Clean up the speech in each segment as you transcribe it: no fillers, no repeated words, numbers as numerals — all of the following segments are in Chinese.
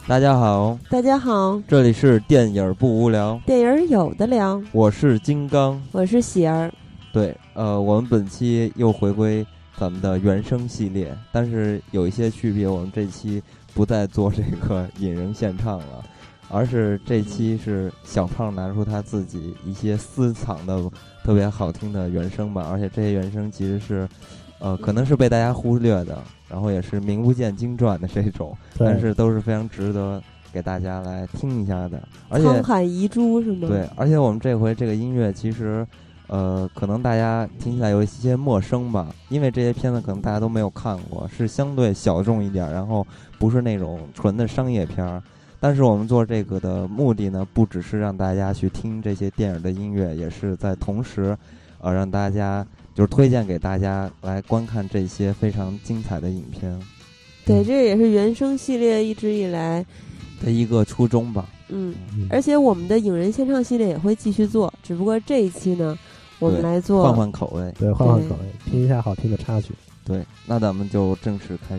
大家好， 大家好， 这里是电影不无聊， 电影有的聊， 我是金刚， 我是喜儿。 对，我们本期又回归咱们的原声系列，但是有一些区别，我们这期不再做这个引人献唱了，而是这期是小胖拿出他自己一些私藏的特别好听的原声吧，而且这些原声其实是可能是被大家忽略的，然后也是名不见经传的这种，但是都是非常值得给大家来听一下的。而且沧海遗珠是吗？ 对，而且我们这回这个音乐其实可能大家听起来有一些陌生吧，因为这些片子可能大家都没有看过，是相对小众一点，然后不是那种纯的商业片儿。但是我们做这个的目的呢，不只是让大家去听这些电影的音乐，也是在同时让大家就是推荐给大家来观看这些非常精彩的影片。 对，这也是原声系列一直以来的一个初衷吧。 而且我们的影人献唱系列也会继续做，只不过这一期呢，我们来做换换口味， 对，换换口味，听一下好听的插曲。 对，那咱们就正式开始。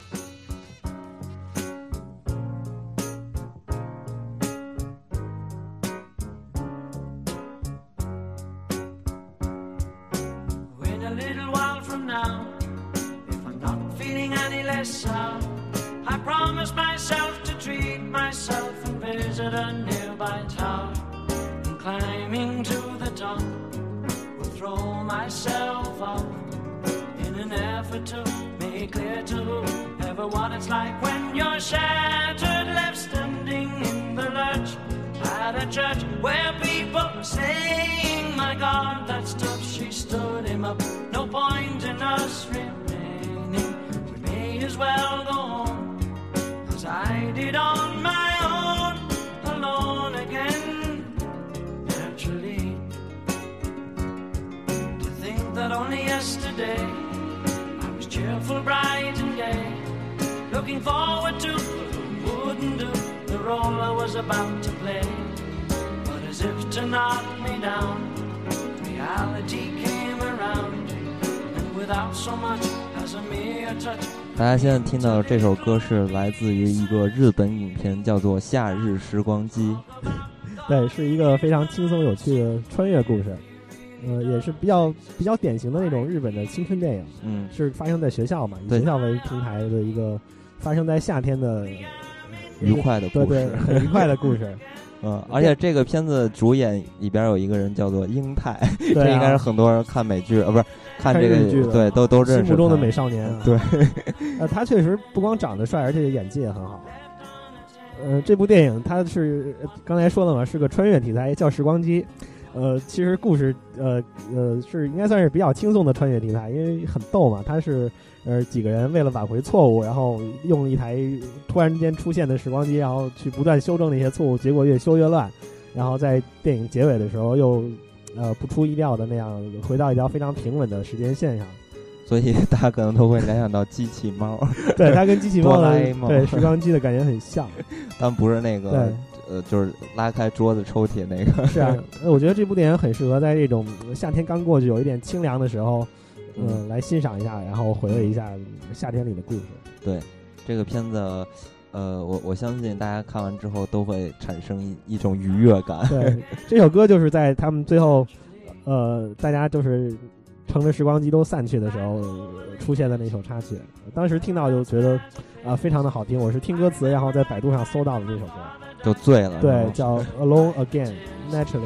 大家现在听到的这首歌是来自于一个日本影片，叫做《夏日时光机》。 对，是一个非常轻松有趣的穿越故事，也是比较典型的那种日本的青春电影。是发生在学校嘛，以学校为平台的一个发生在夏天的愉快的故事， 对，很愉快的故事。 而且这个片子主演里边有一个人叫做英泰，这应该是很多人看美剧不是看这个日剧对都认识心目中的美少年对， 他确实不光长得帅，而且演技也很好。这部电影它是刚才说了嘛，是个穿越题材，叫《时光机》。其实故事是应该算是比较轻松的穿越题材，因为很逗嘛。它是几个人为了挽回错误，然后用一台突然之间出现的时光机，然后去不断修正那些错误，结果越修越乱，然后在电影结尾的时候又不出意料的那样回到一条非常平稳的时间线上。 所以大家可能都会联想到机器猫， 对，它跟机器猫的对时光机的感觉很像， 但不是那个就是拉开桌子抽屉那个。 是啊，我觉得这部电影很适合在这种夏天刚过去有一点清凉的时候，来欣赏一下，然后回味一下夏天里的故事。 对，这个片子，我相信大家看完之后都会产生一种愉悦感。 对，这首歌就是在他们最后，大家就是乘着时光机都散去的时候出现的那首插曲。当时听到就觉得非常的好听，我是听歌词，然后在百度上搜到的这首歌。 就醉了， 对，叫 Alone Again Naturally。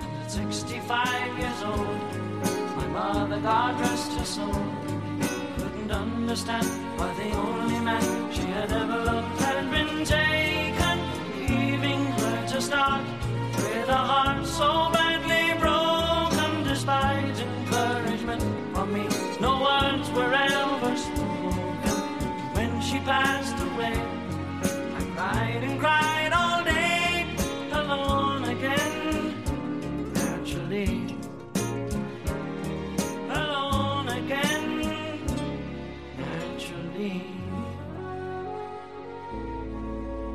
65 years old, my mother, God rest her soul, couldn't understand why the only man she had ever loved had been taken, leaving her to start with a heart so badly broken. Despite encouragement from me, no words were ever spoken. When she passed away, I cried and cried all day, alone again, naturally, alone again, naturally.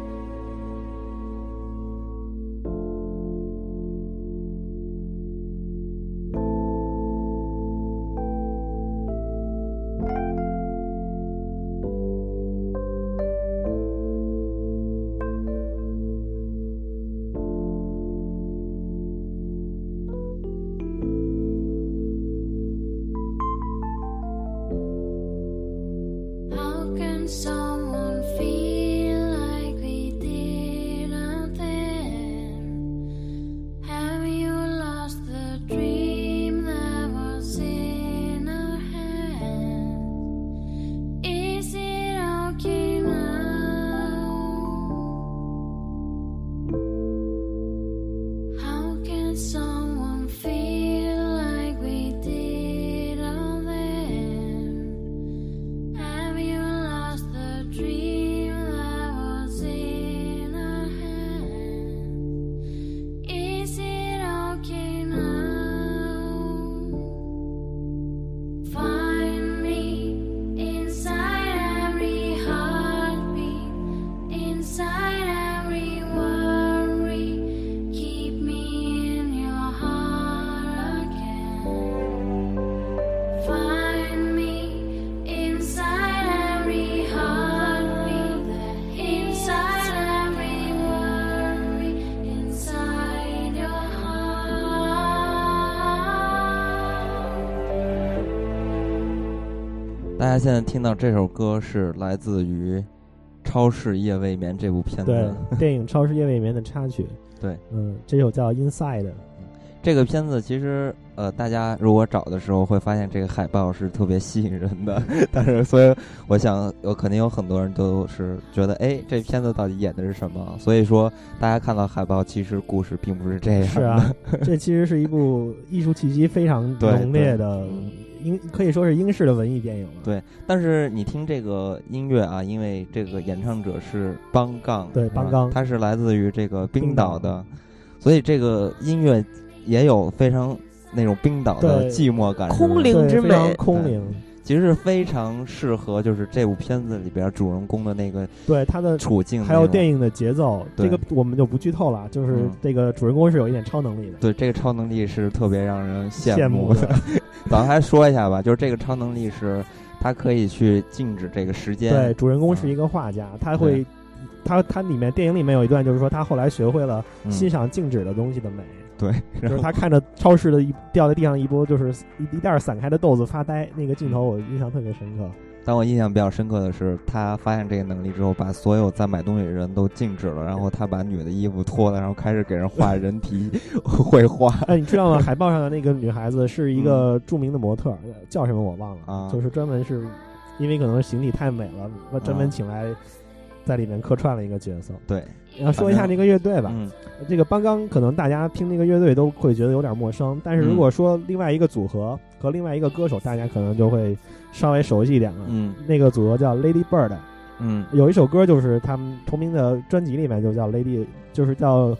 大家现在听到这首歌是来自于《超市夜未眠》这部片子， 对，电影《超市夜未眠》的插曲。 对， 这首叫《Inside》。 这个片子其实大家如果找的时候会发现这个海报是特别吸引人的，但是所以我想肯定有很多人都是觉得这片子到底演的是什么，所以说大家看到海报其实故事并不是这样的。 是啊，这其实是一部艺术气息非常浓烈的可以说是英式的文艺电影了。 对，但是你听这个音乐啊，因为这个演唱者是邦刚， 对，邦刚， 他是来自于这个冰岛的，所以这个音乐也有非常那种冰岛的寂寞感， 空灵之美， 非常空灵。 其实是非常适合就是这部片子里边主人公的那个对他的处境， 还有电影的节奏，这个我们就不剧透了。就是这个主人公是有一点超能力的， 对，这个超能力是特别让人羡慕的。咱还说一下吧，就是这个超能力是他可以去静止这个时间。 对，主人公是一个画家，他会他里面电影里面有一段就是说他后来学会了欣赏静止的东西的美。 对， 就是他看着超市的掉在地上一波就是一袋散开的豆子发呆，那个镜头我印象特别深刻。 但我印象比较深刻的是，他发现这个能力之后，把所有在买东西的人都静止了，然后他把女的衣服脱了，然后开始给人画人体绘画。 你知道吗？海报上的那个女孩子是一个著名的模特，叫什么我忘了，就是专门是因为可能形体太美了，专门请来在里面客串了一个角色。 对。 然后说一下这个乐队吧，这个邦刚可能大家听那个乐队都会觉得有点陌生，但是如果说另外一个组合和另外一个歌手，大家可能就会稍微熟悉一点了。那个组合叫 Lady Bird，有一首歌就是他们同名的专辑里面就叫 Lady， 就是叫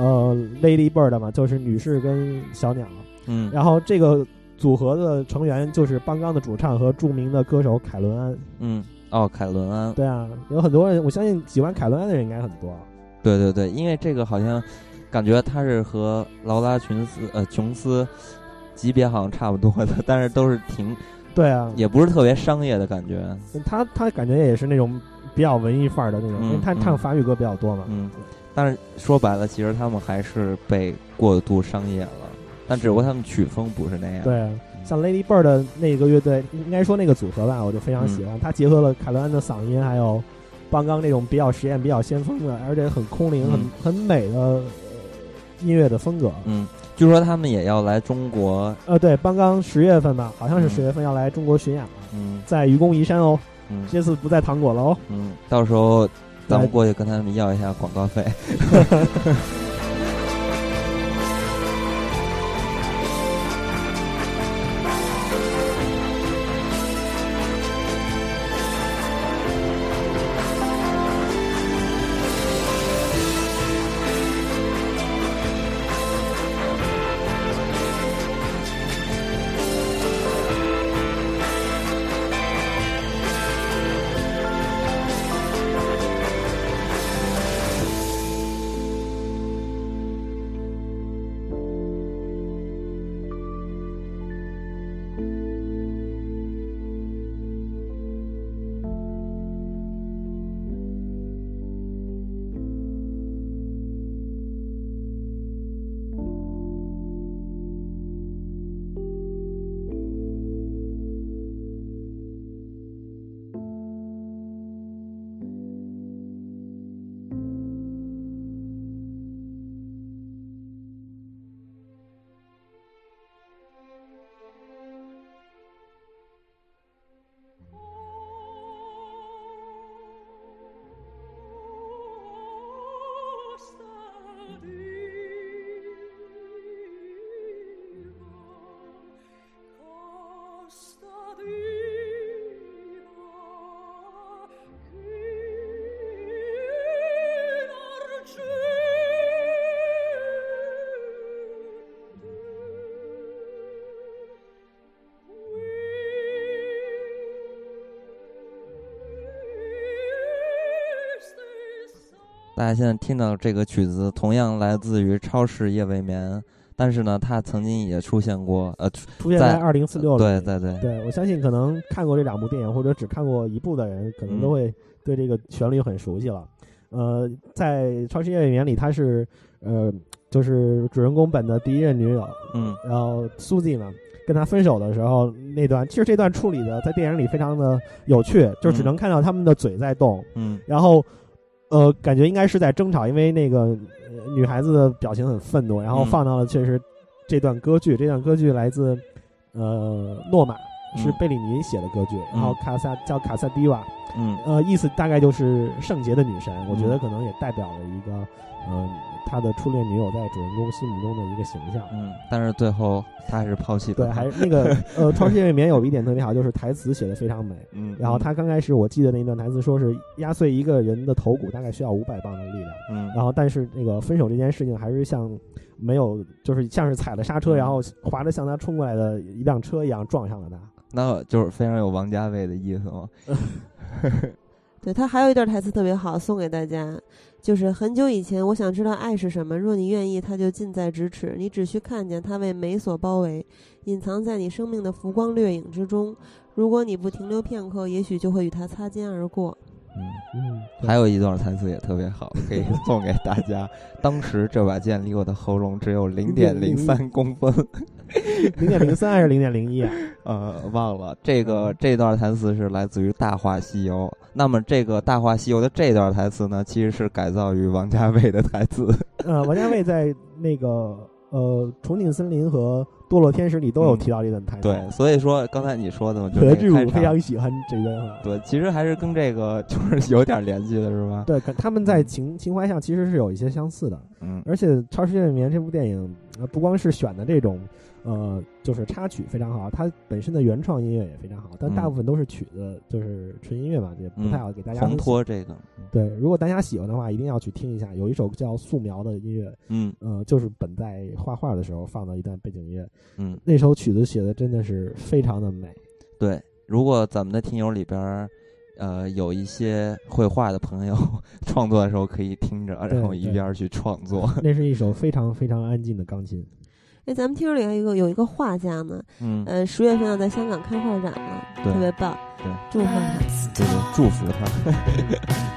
Lady Bird 嘛，就是女士跟小鸟。然后这个组合的成员就是邦刚的主唱和著名的歌手凯伦安。 凯伦安。 对啊，有很多人，我相信喜欢凯伦安的人应该很多。 对对对，因为这个好像感觉他是和劳拉琼斯级别好像差不多的，但是都是对啊， 也不是特别商业的感觉。 他感觉也是那种比较文艺范儿的那种，因为他唱法语歌比较多嘛。 但是说白了，其实他们还是被过度商业了，但只不过他们曲风不是那样。 对，像 Lady Bird 的那个乐队，应该说那个组合吧，我就非常喜欢。他结合了凯伦安的嗓音，还有邦刚那种比较实验、比较先锋的，而且很空灵、很美的音乐的风格。 据说他们也要来中国。 对，邦刚10月份吧，好像是10月份要来中国巡演了。在愚公移山哦。这次不在糖果了哦。 到时候咱们过去跟他们要一下广告费。大家现在听到这个曲子同样来自于《超市夜未眠》，但是呢它曾经也出现过出现在2046 里。 对，我相信可能看过这2部电影或者只看过一部的人可能都会对这个旋律很熟悉了。在《超市夜未眠》里他是就是主人公本的第一任女友，然后苏记嘛， 跟他分手的时候那段，其实这段处理的在电影里非常的有趣，就只能看到他们的嘴在动，然后感觉应该是在争吵，因为那个女孩子的表情很愤怒，然后放到了确实这段歌剧，这段歌剧来自诺玛，是贝里尼写的歌剧，然后叫卡萨迪瓦，意思大概就是圣洁的女神，我觉得可能也代表了一个他的初恋女友在主人公心目中的一个形象。 但是最后他还是抛弃了。 对，还是那个《超世界里面有一点特别好，就是台词写的非常美。然后他刚开始我记得那段台词说是压碎一个人的头骨大概需要500磅的力量。然后但是那个分手这件事情还是像没有，就是像是踩了刹车，然后滑着向他冲过来的一辆车一样撞上了他。 那就是非常有王家卫的意思吗？ 对，他还有一段台词特别好，送给大家，就是很久以前我想知道爱是什么，若你愿意它就近在咫尺，你只需看见它为美所包围，隐藏在你生命的浮光掠影之中，如果你不停留片刻，也许就会与它擦肩而过。 还有一段台词也特别好，可以送给大家。当时这把剑离我的喉咙只有 0.03 公分。 0.03 还是 0.01 啊？ 忘了。这段台词是来自于《大话西游》。那么这个《大话西游》的这段台词呢，其实是改造于王家卫的台词。 王家卫在那个重庆森林和堕落天使里都有提到这段台词。 对，所以说刚才你说的， 何志武非常喜欢这段话。 对，其实还是跟这个就是有点联系的，是吧？ 对，他们在情怀上其实是有一些相似的。而且《超世界里面》这部电影不光是选的这种就是插曲非常好，它本身的原创音乐也非常好，但大部分都是曲子，就是纯音乐嘛，也不太好给大家烘托这个。 对，如果大家喜欢的话，一定要去听一下。有一首叫《素描》的音乐，就是本在画画的时候放的一段背景音乐，那首曲子写的真的是非常的美。 对，如果咱们的听友里边有一些绘画的朋友，创作的时候可以听着，然后一边去创作。 那是一首非常非常安静的钢琴。 咱们听友里有一个画家呢，10月份要在香港开画展了，特别棒， 对， 祝贺他， 对，祝福他。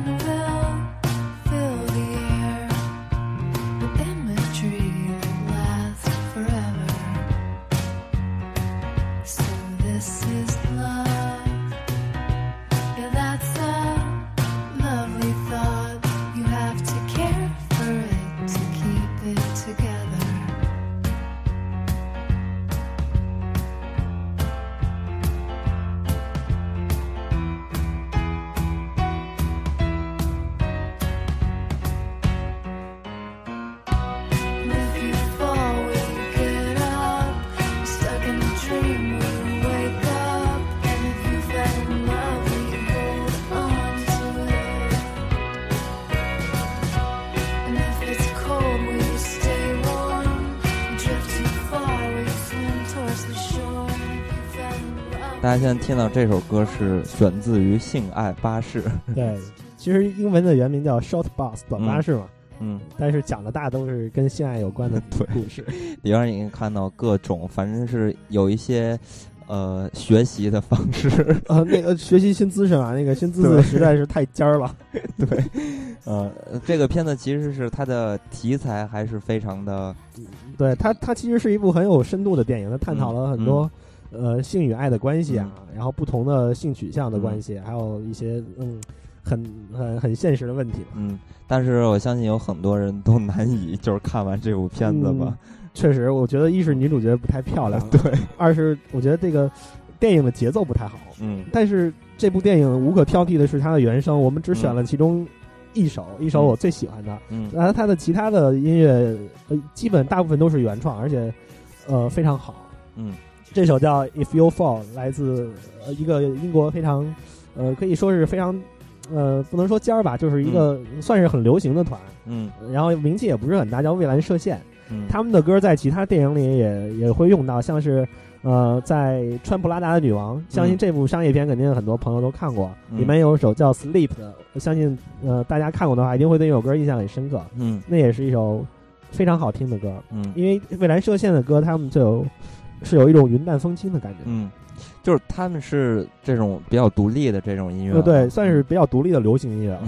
大家现在听到这首歌是选自于《性爱巴士》。 对，其实英文的原名叫 Short Bus 短巴士嘛。但是讲的大都是跟性爱有关的故事。 里边你可以看到各种，反正是有一些学习的方式那个学习新姿势啊，那个新姿势实在是太尖儿了。 对，这个片子其实是它的题材还是非常的， 对，它其实是一部很有深度的电影，它探讨了很多性与爱的关系啊，然后不同的性取向的关系，还有一些很现实的问题。 但是我相信有很多人都难以就是看完这部片子吧。 确实，我觉得一是女主角不太漂亮， 对； 二是我觉得这个电影的节奏不太好。但是这部电影无可挑剔的是它的原声，我们只选了其中一首我最喜欢的。然后它的其他的音乐基本大部分都是原创，而且非常好。这首叫 If You Fall 来自一个英国非常可以说是非常不能说尖儿吧，就是一个算是很流行的团。然后名气也不是很大，叫蔚蓝射线。他们的歌在其他电影里也会用到，像是在穿普拉达的女王，相信这部商业片肯定很多朋友都看过，里面有一首叫 Sleep 的，我相信大家看过的话一定会对这首歌印象很深刻。那也是一首非常好听的歌。因为蔚蓝射线的歌他们是有一种云淡风轻的感觉。 就是他们是这种比较独立的这种音乐。 对，算是比较独立的流行音乐。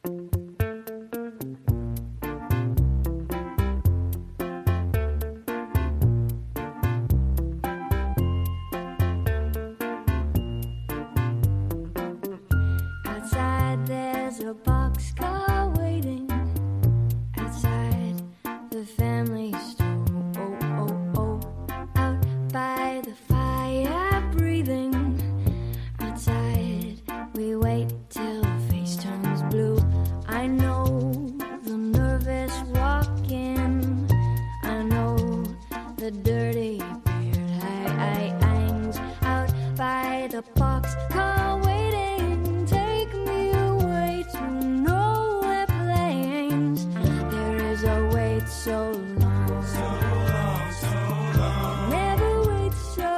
Outside there's a boxcar waiting. Outside the family store. Oh, oh, oh. Out by the fire breathing. Outside we wait till face turns blue. I know the nervous walking. I know the dirty beard hangs out by the boxcar waiting. Take me away to nowhere plains. There is a wait so long, so long, so long. Never wait so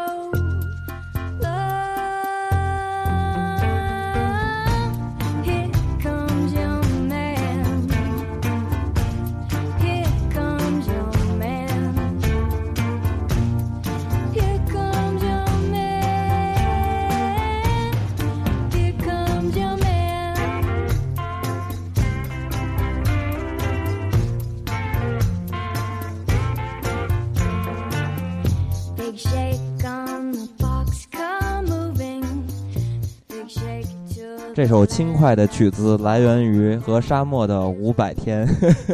long. Here comes your man. Here comes your man. Here comes your man. Here comes your man. Big shake on the boxcar moving. Big shake to 这首轻快的曲子来源于《和沙漠的500天》。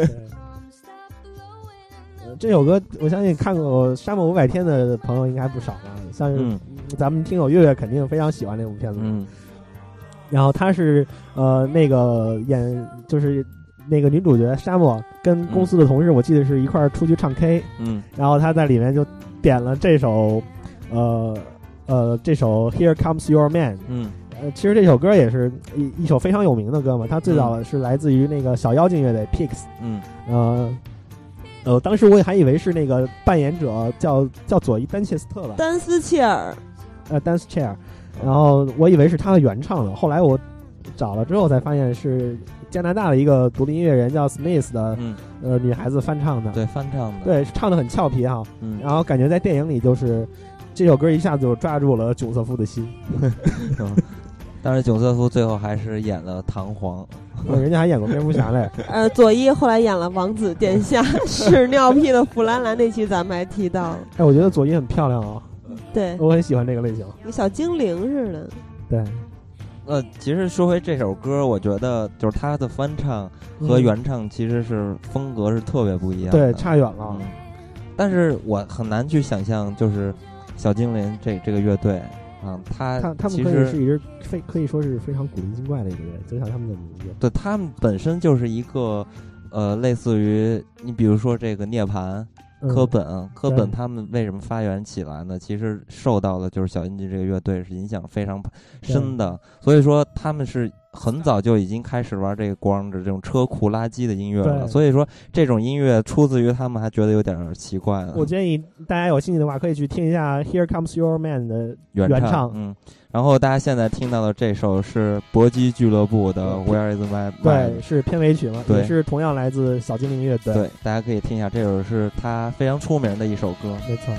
这首歌我相信看过《沙漠500天》的朋友应该不少吧，像是咱们听友月月肯定非常喜欢这部片子。然后他是那个就是那个女主角沙漠跟公司的同事，我记得是一块儿出去唱 K， 然后他在里面就点了这首这首 Here Comes Your Man。其实这首歌也是一首非常有名的歌嘛，它最早是来自于那个小妖精乐队 Pigs。当时我也还以为是那个扮演者叫佐伊丹切斯特吧， 丹斯切尔 ，Dance Chair， 然后我以为是他的原唱的，后来我找了之后才发现是加拿大的一个独立音乐人叫 Smith 的女孩子翻唱的， 对，翻唱的， 对，唱的很俏皮哈，然后感觉在电影里就是这首歌一下子就抓住了囧瑟夫的心。 但是囧瑟夫最后还是演了唐璜， 人家还演过蝙蝠侠嘞。 佐伊后来演了王子殿下，屎尿屁的弗兰兰那期咱们还提到。 哎，我觉得佐伊很漂亮啊， 对， 我很喜欢这个类型， 跟小精灵似的。 对。 其实说回这首歌，我觉得就是他的翻唱和原唱其实是风格是特别不一样的， 对，差远了。 但是我很难去想象，就是小精灵这个乐队啊，他们可以是一支可以说是非常古灵精怪的一个乐，就像他们的名字。 对，他们本身就是一个类似于你比如说这个涅槃。科本他们为什么发源起来呢？其实受到了就是小阴茎这个乐队是影响非常深的，所以说他们是很早就已经开始玩这个光着这种车库垃圾的音乐了，所以说这种音乐出自于他们还觉得有点奇怪了。 我建议大家有兴趣的话可以去听一下 Here Comes Your Man 的原唱。 然后大家现在听到的这首是搏击俱乐部的 Where Is My Mind， 对，是片尾曲嘛，也是同样来自小精灵乐队。 对，大家可以听一下，这首是他非常出名的一首歌。 没错。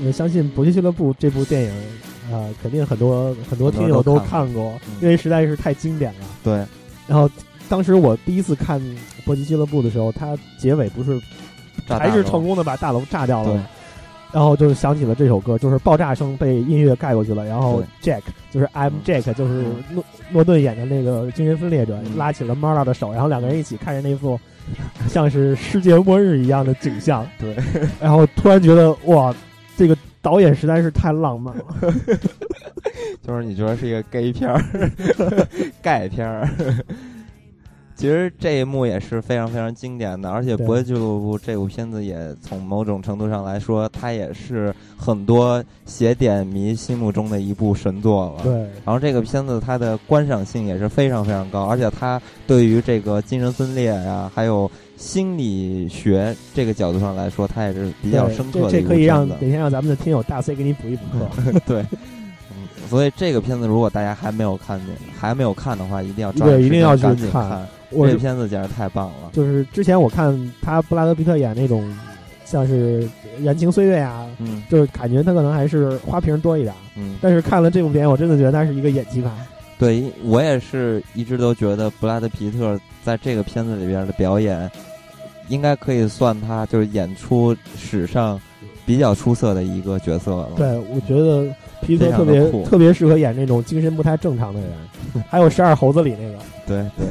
相信《搏击俱乐部》这部电影，肯定很多听友都看过，因为实在是太经典了。 对。 然后当时我第一次看《搏击俱乐部》的时候，它结尾不是还是成功的把大楼炸掉了吗？然后就想起了这首歌，就是爆炸声被音乐盖过去了，然后 Jack 就是 I'm Jack， 就是诺顿演的那个精神分裂者，拉起了 Marla 的手，然后两个人一起看着那幅像是世界末日一样的景象。 对， 然后突然觉得哇，这个导演实在是太浪漫了。 就是你觉得是一个 gay 片儿盖片儿。其实这一幕也是非常非常经典的，而且《搏击俱乐部》这部片子也从某种程度上来说，它也是很多邪典迷心目中的一部神作了。 对。 然后这个片子它的观赏性也是非常非常高，而且它对于这个精神分裂呀，还有心理学这个角度上来说，它也是比较深刻的一部片子。 这可以让哪天让咱们的听友大 C 给你补一补课。 对。所以这个片子如果大家还没有看的话，一定要抓紧时间一定要去赶紧看。这片子简直太棒了。 就是之前我看他布拉德皮特演那种像是燃情岁月啊，就是感觉他可能还是花瓶多一点，但是看了这部片，我真的觉得他是一个演技派。 对，我也是一直都觉得布拉德皮特在这个片子里边的表演，应该可以算他就是演出史上比较出色的一个角色了。 对，我觉得皮特特别适合演那种精神不太正常的人，还有12猴子里那个。 对对。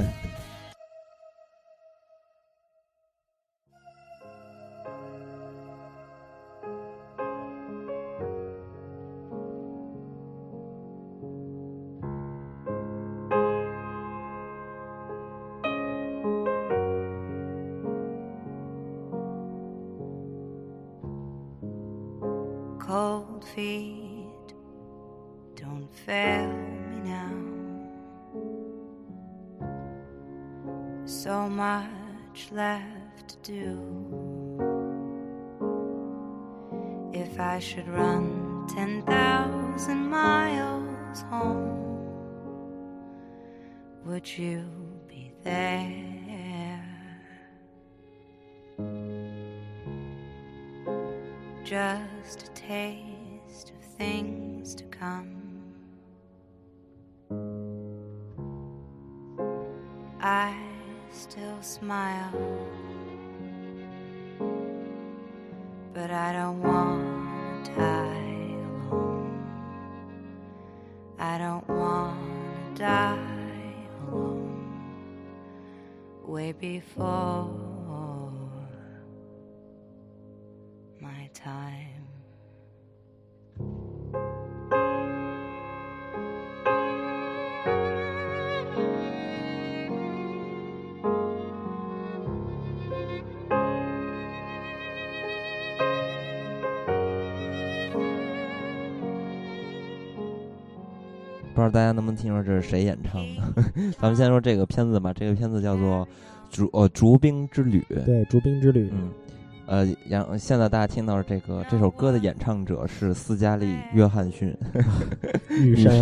Cold feet, don't fail me now. So much left to do. If I should run 10,000 miles home, would you be there? Just a taste of things to come. I still smile, but I don't want to die alone. I don't want to die alone. Way before my time. 不知道大家能不能听说这是谁演唱的？咱们先说这个片子吧。这个片子叫做逐冰之旅。 对，逐冰之旅。 现在大家听到这首歌的演唱者是斯嘉丽·约翰逊， 女神。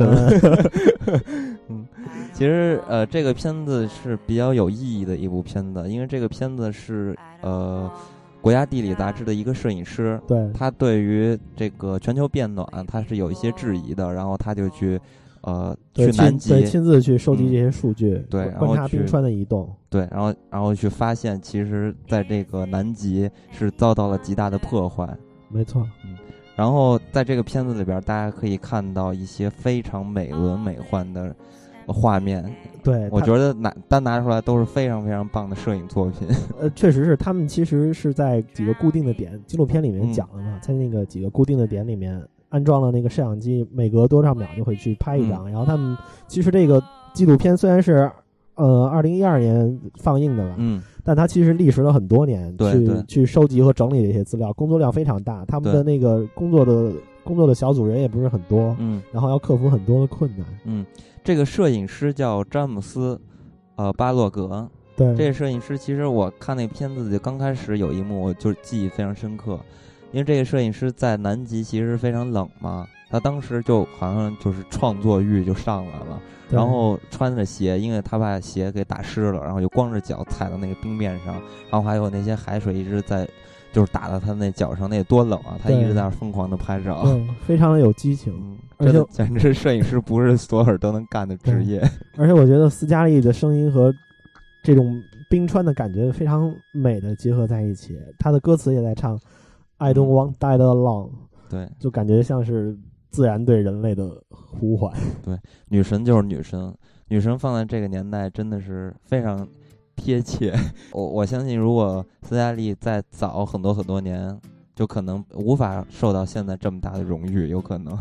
其实这个片子是比较有意义的一部片子，因为这个片子是国家地理杂志的一个摄影师， 对， 他对于这个全球变暖他是有一些质疑的，然后他就去南极亲自去收集这些数据， 对， 观察冰川的移动， 对，然后去发现，其实在这个南极是遭到了极大的破坏， 没错。 然后在这个片子里边，大家可以看到一些非常美轮美奂的画面， 对， 我觉得单拿出来都是非常非常棒的摄影作品。 确实是，他们其实是在几个固定的点，纪录片里面讲了嘛，在那个几个固定的点里面安装了那个摄像机，每隔多少秒就会去拍一张。然后他们其实这个纪录片虽然是2012年放映的吧，但它其实历时了很多年，去收集和整理这些资料，工作量非常大。他们的那个工作的小组人也不是很多，然后要克服很多的困难。 这个摄影师叫詹姆斯巴洛格。 对， 这个摄影师其实我看那片子就刚开始有一幕我就记忆非常深刻，因为这个摄影师在南极其实非常冷嘛，他当时就好像就是创作欲就上来了，然后穿着鞋，因为他把鞋给打湿了，然后就光着脚踩到那个冰面上，然后还有那些海水一直在就是打到他那脚上，那有多冷啊！他对一直在那疯狂的拍照， 非常的有激情。而且这简直摄影师不是所有人都能干的职业。 而且我觉得斯嘉丽的声音和这种冰川的感觉非常美的结合在一起，他的歌词也在唱 I don't want die alone， 对， 就感觉像是自然对人类的呼唤。 对，女神就是女神，女神放在这个年代真的是非常贴切。我相信，如果斯嘉丽再早很多很多年，就可能无法受到现在这么大的荣誉，有可能。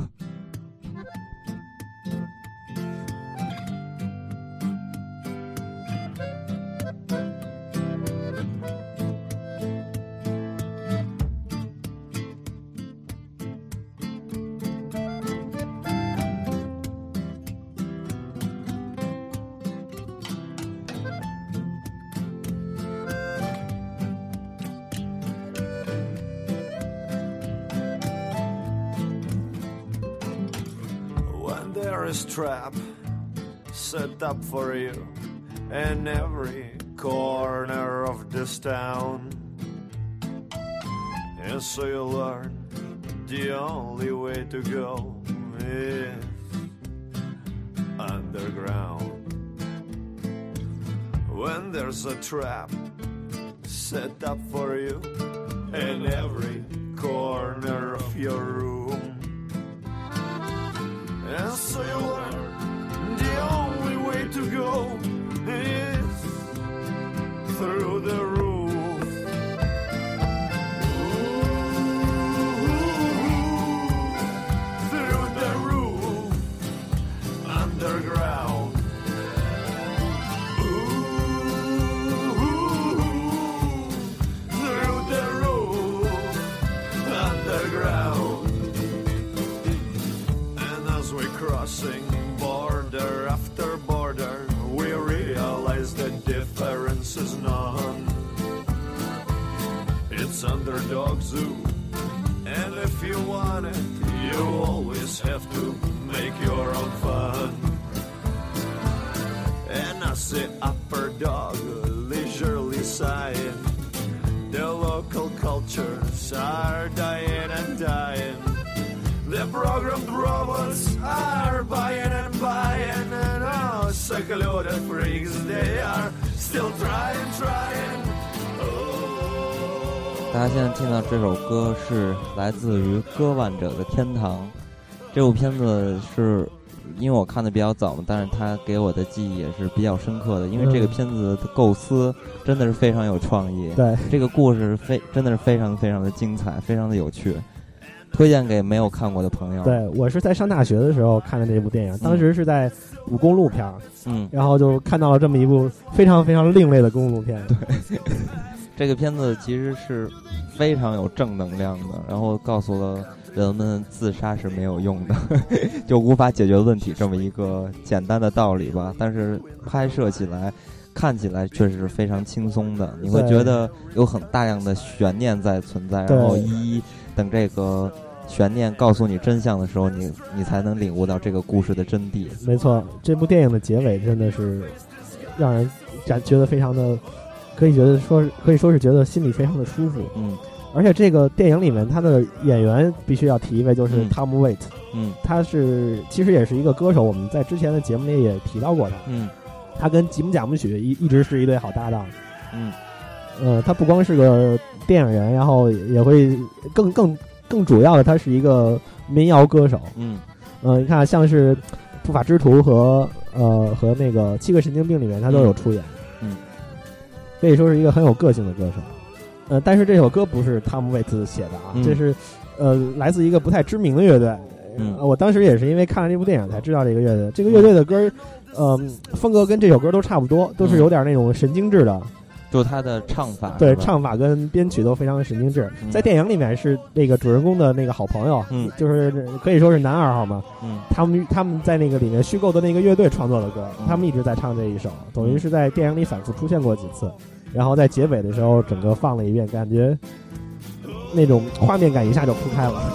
There is trap set up for you in every corner of this town, and so you learn the only way to go is underground. When there's a trap set up for you in every corner of your room,And so you learn the only way to go is through the roof. Through the roof, underground. Through the roof, underground.Crossing border after border, we realize the difference is none. It's underdog zoo, and if you want it, you always have to make your own fun. And I see upper dog leisurely sighing. The local cultures are dying and dying.The programmed robots are buying and buying, and oh, secluded freaks, they are still trying. Oh. 大家现在听到这首歌是来自于《割腕者的天堂》。这部片子是因为我看的比较早嘛，但是它给我的记忆也是比较深刻的，因为这个片子的构思真的是非常有创意。 对， 这个故事真的是非常非常的精彩，非常的有趣。推荐给没有看过的朋友。 对，我是在上大学的时候看的这部电影，当时是在补公路片，然后就看到了这么一部非常非常另类的公路片。 对，这个片子其实是非常有正能量的，然后告诉了人们自杀是没有用的，就无法解决问题这么一个简单的道理吧。但是拍摄起来看起来确实是非常轻松的，你会觉得有很大量的悬念在存在，然后等这个悬念告诉你真相的时候，你才能领悟到这个故事的真谛。 没错，这部电影的结尾真的是让人觉得非常的，可以说是觉得心里非常的舒服。而且这个电影里面他的演员必须要提一位，就是 Tom Waits。他其实也是一个歌手，我们在之前的节目里也提到过他。他跟吉姆贾木许一直是一对好搭档。他不光是个电影人，然后也会更主要的，他是一个民谣歌手。你看像是不法之徒和那个七个神经病里面他都有出演。可以说是一个很有个性的歌手。但是这首歌不是汤姆·韦茨写的啊，这是来自一个不太知名的乐队。我当时也是因为看了这部电影才知道这个乐队。这个乐队的歌风格跟这首歌都差不多，都是有点那种神经质的。 就他的唱法， 对，唱法跟编曲都非常神经质。在电影里面是那个主人公的那个好朋友，就是可以说是男二号嘛。他们在那个里面虚构的那个乐队创作的歌，他们一直在唱这一首，等于是在电影里反复出现过几次。然后在结尾的时候，整个放了一遍，感觉那种画面感一下就铺开了。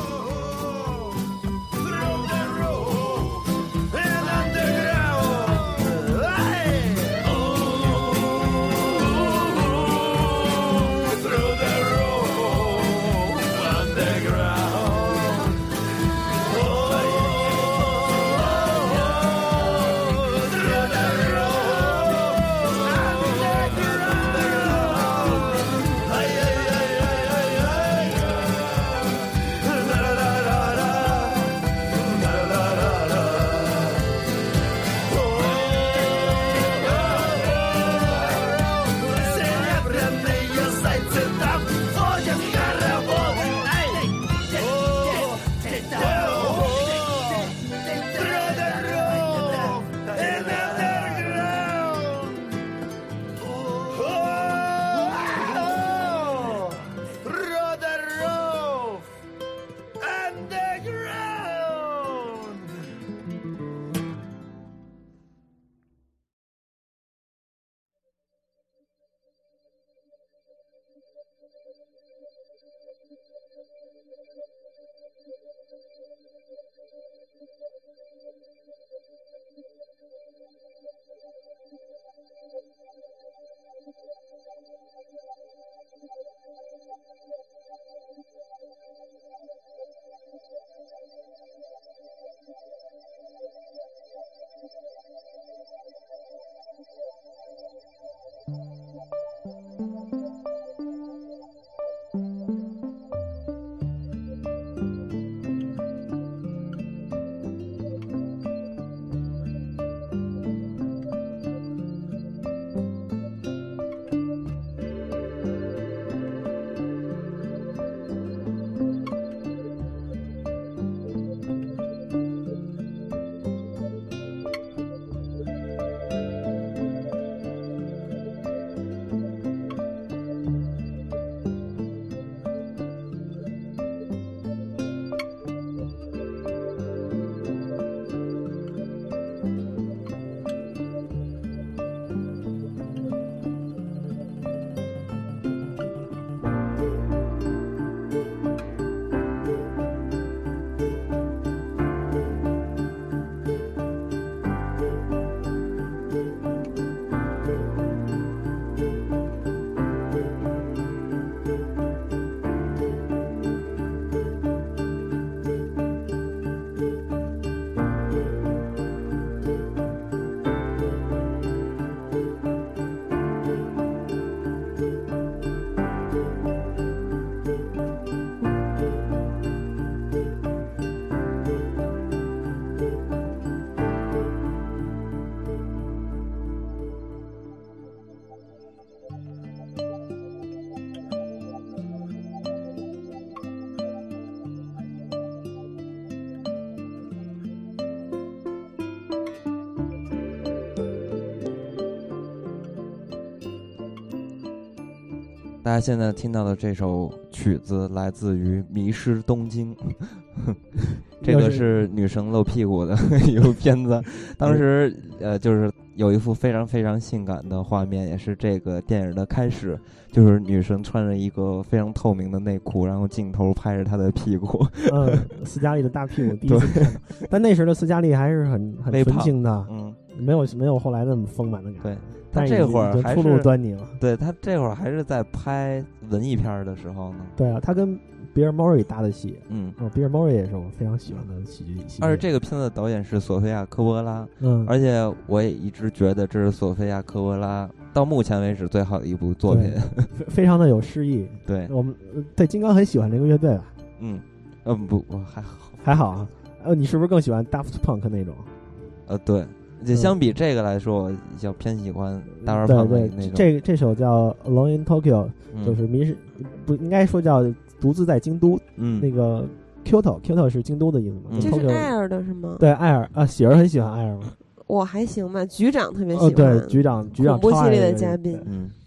大家现在听到的这首曲子来自于《迷失东京》，这个是女生露屁股的一部片子。当时就是有一幅非常非常性感的画面，也是这个电影的开始，就是女生穿着一个非常透明的内裤，然后镜头拍着她的屁股。 斯嘉丽的大屁股第一次看到，但那时的斯嘉丽还是很纯情的，没有后来那么丰满的感觉。 对。他这会儿还是初露端倪了。 对，他这会儿还是在拍文艺片的时候呢。 对啊，他跟比尔·莫瑞搭的戏，比尔·莫瑞也是我非常喜欢的喜剧。 而且这个片子的导演是索菲亚·科波拉，而且我也一直觉得这是索菲亚·科波拉到目前为止最好的一部作品， 非常的有诗意。 对， 我们对金刚很喜欢这个乐队吧？ 不，我还好啊。你是不是更喜欢 Daft Punk 那种？ 对。相比这个来说，我比较偏喜欢大腕胖的那种。 这首叫 Alone in Tokyo，就是迷失，不应该说叫独自在京都。那个 Kyoto 是京都的意思吗？ 这是艾尔的是吗？ 对，艾尔啊，喜儿很喜欢艾尔吗？ 我还行吧，局长特别喜欢。 对，局长恐怖系列的嘉宾。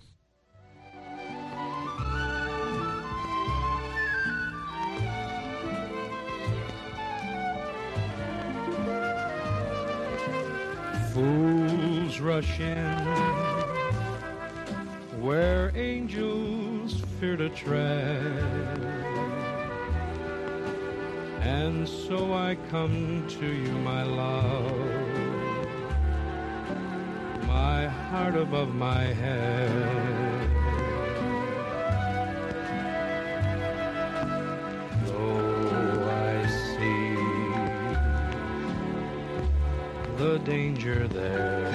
Fools rush in where angels fear to tread, and so I come to you, my love, my heart above my head. The danger there,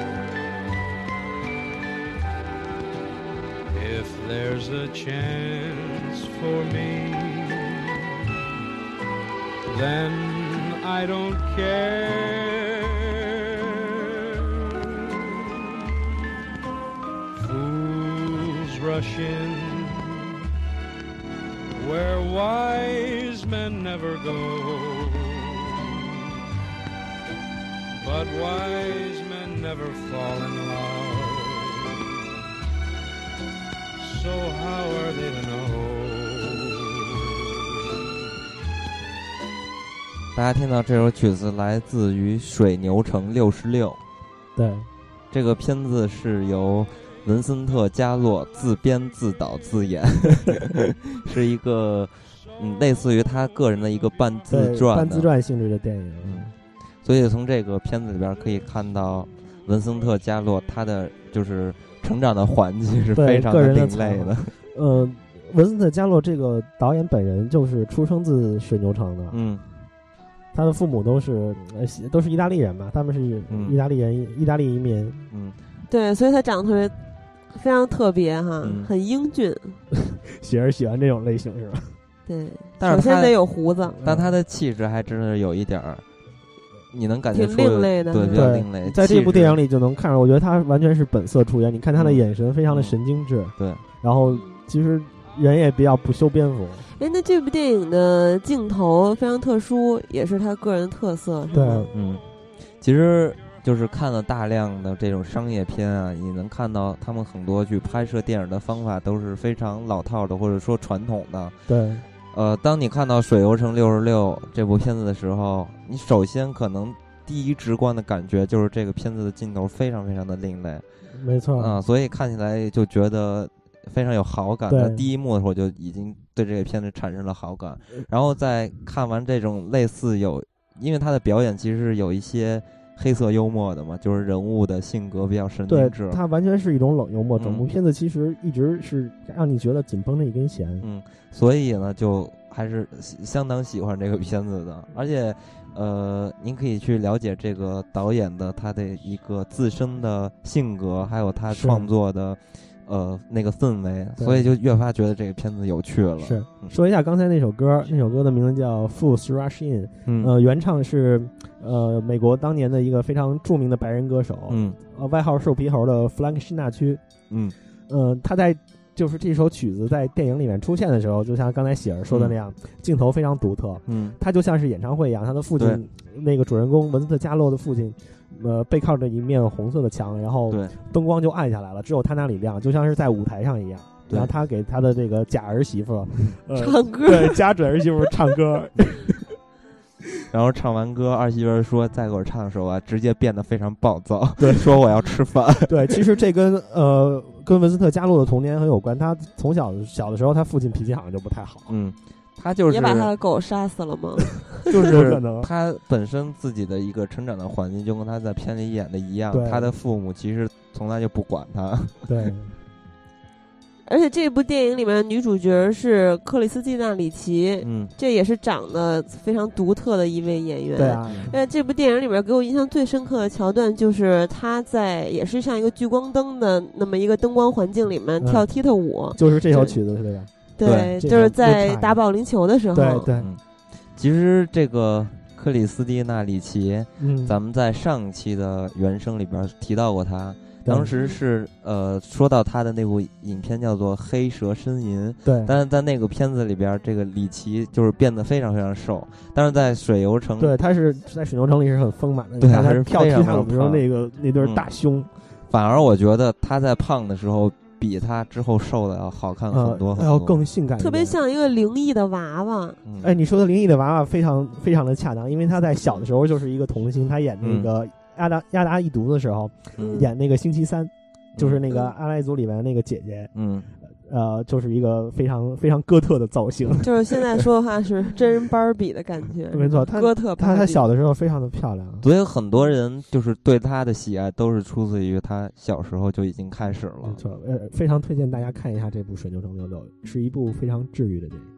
if there's a chance for me, then I don't care. Fools rush in where wise men never go.But wise men never fall in love, so how are they to know? 大家听到这首曲子来自于水牛城66。 对， 这个片子是由文森特·加洛自编自导自演，是一个类似于他个人的一个半自传性质的电影。 所以从这个片子里边可以看到，文森特·加洛他的就是成长的环境是非常的另类的。 文森特·加洛这个导演本人就是出生自水牛城的，他的父母都是意大利人嘛，他们是意大利人，意大利移民。 对，所以他长得非常特别哈，很英俊。 喜儿喜欢这种类型是吧？ 对， 但是首先得有胡子， 但他的气质还真是有一点儿。你能感觉出挺另类的， 对，比较另类。 在这部电影里就能看出，我觉得他完全是本色出演。你看他的眼神非常的神经质， 对。 然后其实人也比较不修边幅。 那这部电影的镜头非常特殊，也是他个人的特色，是吧？ 对， 其实就是看了大量的这种商业片啊，你能看到他们很多去拍摄电影的方法都是非常老套的，或者说传统的。 对。 当你看到《水牛城66》这部片子的时候，你首先可能第一直观的感觉就是这个片子的镜头非常非常的另类， 没错所以看起来就觉得非常有好感。在第一幕的时候就已经对这个片子产生了好感，然后再看完这种类似因为他的表演其实是有一些黑色幽默的嘛，就是人物的性格比较神经质， 对，它完全是一种冷幽默。整部片子其实一直是让你觉得紧绷着一根弦， 所以呢，就还是相当喜欢这个片子的。而且，您可以去了解这个导演的他的一个自身的性格，还有他创作的那个氛围，所以就越发觉得这个片子有趣了。 是，说一下刚才那首歌的名字叫《Fools Rush In》，原唱是美国当年的一个非常著名的白人歌手，外号瘦皮猴的弗兰克辛纳屈，他在就是这首曲子在电影里面出现的时候，就像刚才喜儿说的那样，镜头非常独特，他就像是演唱会一样，他的父亲那个主人公文森特·加洛的父亲。背靠着一面红色的墙，然后灯光就暗下来了，只有他那里亮，就像是在舞台上一样。 然后他给他的这个假儿媳妇唱歌， 对，假准儿媳妇唱歌， 然后唱完歌，儿媳妇说再给我唱的时候啊，直接变得非常暴躁， 对， 说我要吃饭。 对，其实这跟文斯特加洛的童年很有关。他从小的时候，他父亲脾气好像就不太好。 他就是也把他的狗杀死了吗？ 就是他本身自己的一个成长的环境，就跟他在片里演的一样，他的父母其实从来就不管他。 对。 而且这部电影里面女主角是克里斯蒂娜·里奇，这也是长得非常独特的一位演员。 对啊， 这部电影里面给我印象最深刻的桥段就是她在也是像一个聚光灯的那么一个灯光环境里面跳踢踏舞， 就是这首曲子对吧？ 对，就是在打保龄球的时候。 对， 其实这个克里斯蒂娜·里奇，咱们在上期的原声里边提到过她。当时是说到他的那部影片叫做《黑蛇呻吟》， 对， 但是在那个片子里边，这个李奇就是变得非常非常瘦，但是在水游城， 对，他是在水游城里是很丰满的， 对， 他是跳踢踏舞的时候那对大胸， 反而我觉得他在胖的时候比他之后瘦的要好看很多， 要更性感， 特别像一个灵异的娃娃。 哎，你说的灵异的娃娃非常非常的恰当，因为他在小的时候就是一个童星，他演那个亚达一族的时候，演那个星期三，就是那个阿拉一族里面那个姐姐，就是一个非常非常哥特的造型， 就是现在说的话是真人芭比的感觉。 没错， 哥特芭比。 她小的时候非常的漂亮， 所以很多人就是对她的喜爱都是出自于她小时候就已经开始了。 没错，非常推荐大家看一下这部《水牛城666》，是一部非常治愈的电影。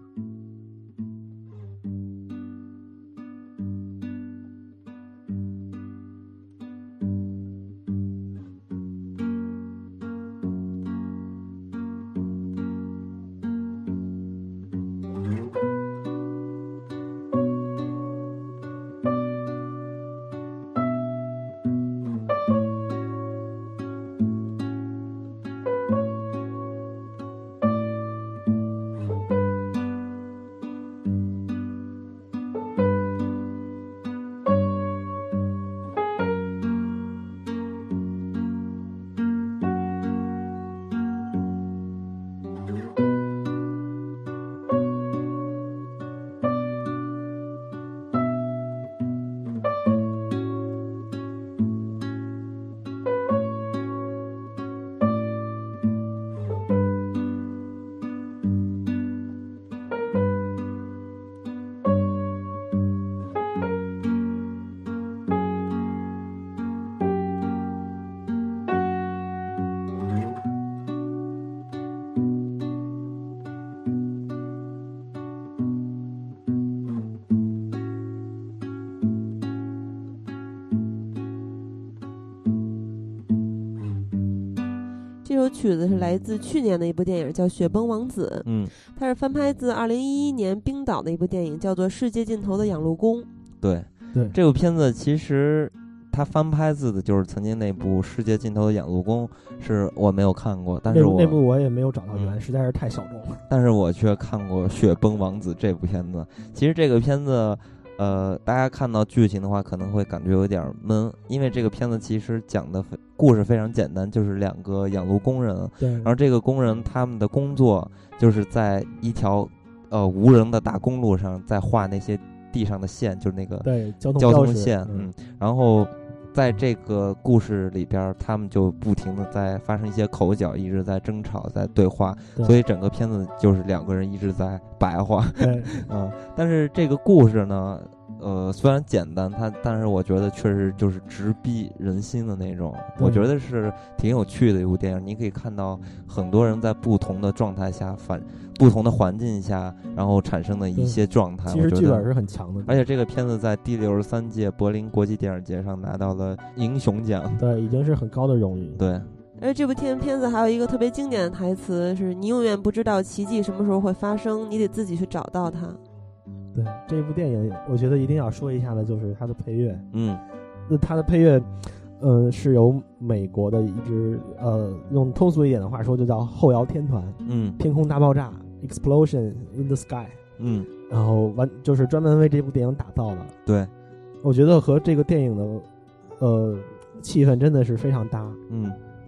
这首曲子是来自去年的一部电影叫《雪崩王子》，它是翻拍自2011年冰岛的一部电影叫做《世界尽头的养鹿宫》。 对，这部片子其实它翻拍自的就是曾经那部《世界尽头的养鹿宫》，是我没有看过，但是那部我也没有找到源，实在是太小众了。 但是我却看过《雪崩王子》这部片子。其实这个片子大家看到剧情的话可能会感觉有点闷，因为这个片子其实讲的故事非常简单，就是2个养鹿工人， 对， 然后这个工人他们的工作就是在一条无人的大公路上在画那些地上的线，就是那个对交通线，然后在这个故事里边他们就不停的在发生一些口角，一直在争吵，在对话，所以整个片子就是2个人一直在白话。 对， 但是这个故事呢虽然简单，但是我觉得确实就是直逼人心的那种，我觉得是挺有趣的一部电影。你可以看到很多人在不同的状态下不同的环境下然后产生的一些状态， 其实剧本是很强的。 而且这个片子在第63届柏林国际电影节上拿到了银熊奖， 对，已经是很高的荣誉。 对， 而这部片子还有一个特别经典的台词是你永远不知道奇迹什么时候会发生，你得自己去找到它。 对，这部电影我觉得一定要说一下的就是它的配乐。 那它的配乐是由美国的一支用通俗一点的话说就叫后摇天团，天空大爆炸 Explosion in the Sky， 然后就是专门为这部电影打造的。 对， 我觉得和这个电影的气氛真的是非常搭。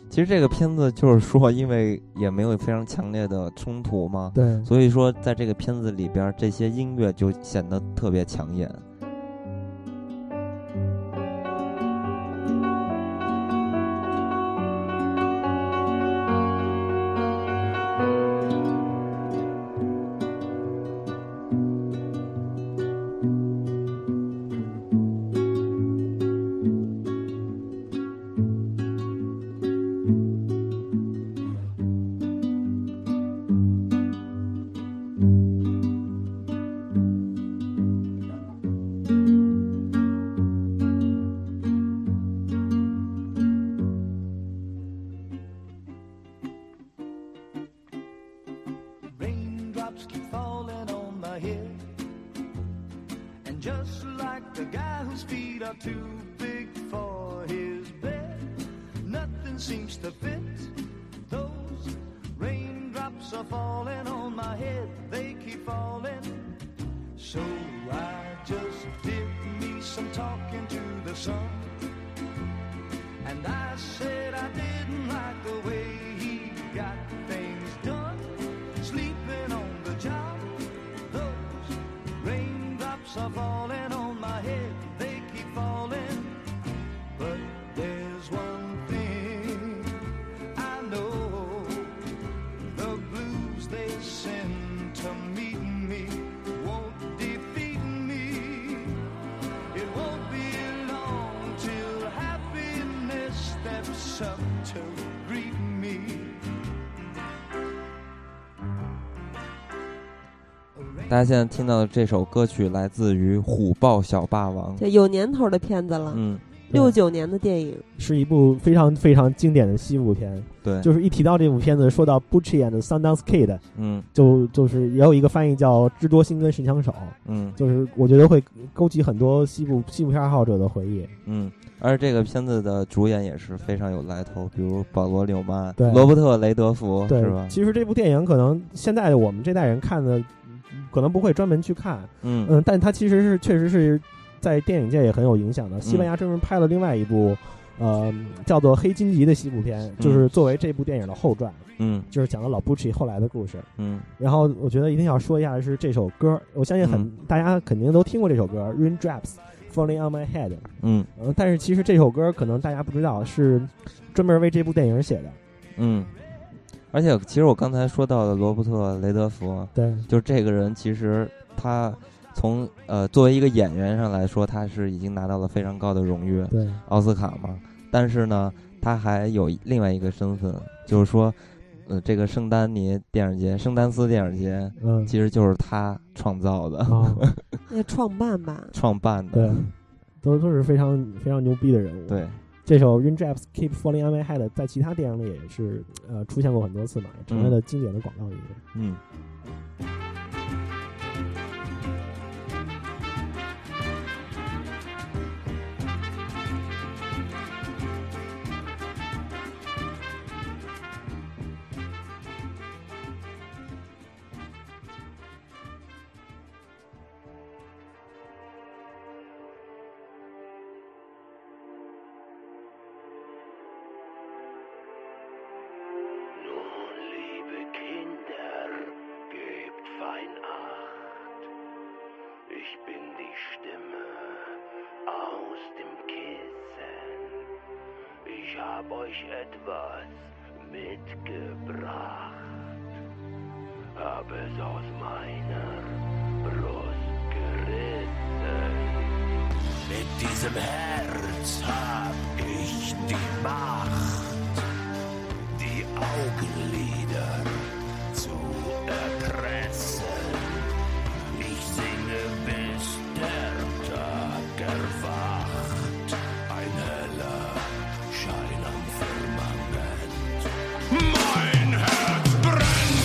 其实这个片子就是说，因为也没有非常强烈的冲突嘛， 对， 所以说在这个片子里边，这些音乐就显得特别抢眼。 Raindrops keep falling on my head, and just like the guy whose feet are too big for his bed, nothing seems to fit. Those raindrops are falling on my head, they keep falling. So I just did me some talking to the sun, and I said I didn't like the way he got things done, sleeping on the job. Those raindrops are falling on my head, they keep falling. But there's one thing I know, the blues they send to meet me won't defeat me. It won't be long till happiness steps up to greet me. 大家现在听到的这首歌曲来自于《虎豹小霸王》， 这有年头的片子了，69年的电影， 是一部非常非常经典的西部片。 对， 就是一提到这部片子，说到 Butchie and Sundance Kid， 就是也有一个翻译叫智多星跟神枪手，就是我觉得会勾起很多西部片爱好者的回忆。 而这个片子的主演也是非常有来头，比如保罗·纽曼、 对罗伯特·雷德福， 对， 是吧？ 其实这部电影可能现在我们这代人看的，可能不会专门去看，但它其实确实是在电影界也很有影响的。西班牙专门拍了另外一部，叫做《黑金吉》的西部片，就是作为这部电影的后传，就是讲了老 Butchie 后来的故事，然后我觉得一定要说一下的是这首歌，我相信大家肯定都听过这首歌， Raindrops Falling on My Head， 但是其实这首歌可能大家不知道是专门为这部电影写的， 而且其实我刚才说到的罗伯特·雷德福， 对， 就这个人其实他从作为一个演员上来说，他是已经拿到了非常高的荣誉， 对， 奥斯卡嘛。但是呢，他还有另外一个身份，就是说，这个圣丹斯电影节，其实就是他创造的， 那创办吧， 创办的， 对，都是非常非常牛逼的人物， 对。 这首 Raindrops Keep Falling on My Head 在其他电影里也是出现过很多次嘛，成为了经典的广告音乐。 Ich bin die Stimme aus dem Kissen. Ich hab euch etwas mitgebracht. Hab es aus meiner Brust gerissen. Mit diesem Herz hab ich die Macht, die Augenlider zu erpressen. Ich singe, bis der Tag erwacht. Ein heller Schein am Firmament. Mein Herz brennt!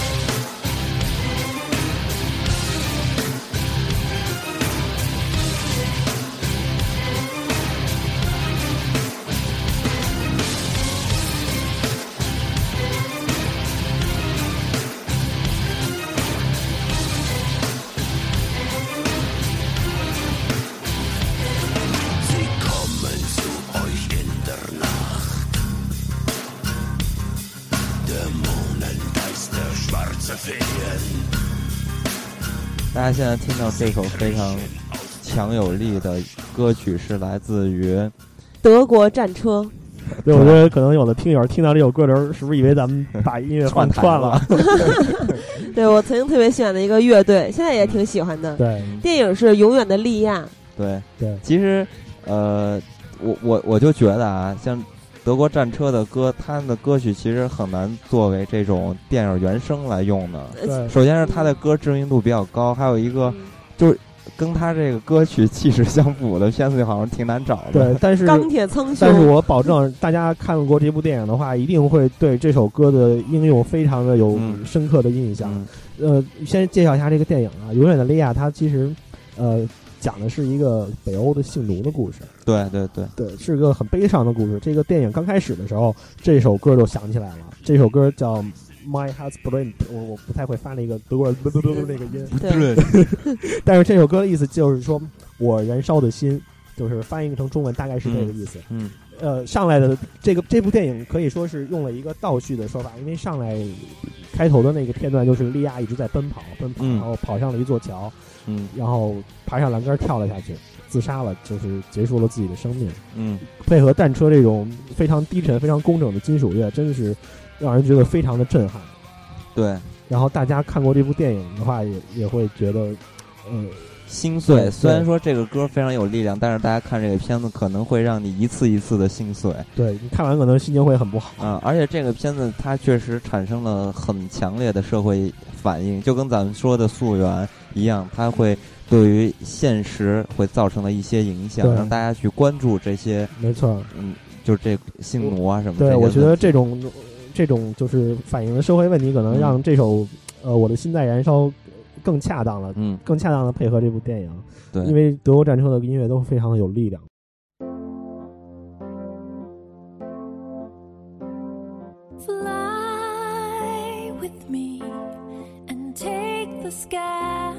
大家现在听到这首非常强有力的歌曲是来自于德国战车。 对，我觉得可能有的听友听到这首歌的时候，是不是以为咱们把音乐放串了？ 对，我曾经特别喜欢的一个乐队，现在也挺喜欢的。 对， 电影是《永远的莉亚》。 对对， 其实我就觉得啊，像德国战车的歌，他们的歌曲其实很难作为这种电影原声来用的。 对， 首先是他的歌知名度比较高，还有一个就是跟他这个歌曲气势相符的片子，好像挺难找的。 对，但是钢铁苍穹， 但是我保证大家看过这部电影的话，一定会对这首歌的应用非常的有深刻的印象。先介绍一下这个电影啊，《永远的莉亚》，它其实讲的是一个北欧的性奴的故事。 对对对对，是个很悲伤的故事。这个电影刚开始的时候，这首歌就响起来了。这首歌叫My Heart's Brennt， 我不太会发那个德国那个音， 对。 但是这首歌的意思就是说我燃烧的心，就是翻译成中文大概是这个意思。上来的这部电影可以说是用了一个倒叙的说法，因为上来开头的那个片段就是莉亚一直在奔跑，然后跑上了一座桥，然后爬上栏杆跳了下去，自杀了，就是结束了自己的生命。配合战车这种非常低沉、非常工整的金属乐，真的是让人觉得非常的震撼。 对， 然后大家看过这部电影的话，也会觉得， 心碎。虽然说这个歌非常有力量，但是大家看这个片子可能会让你一次一次的心碎。 对，你看完可能心情会很不好。 而且这个片子它确实产生了很强烈的社会反应，就跟咱们说的溯源一样，它会对于现实会造成了一些影响，让大家去关注这些。 没错， 就是这性奴啊什么的。 对，我觉得这种就是反映的社会问题，可能让这首我的心在燃烧更恰当了，更恰当的配合这部电影。 对， 因为德国战车的音乐都非常的有力量。 Fly with me and take the sky.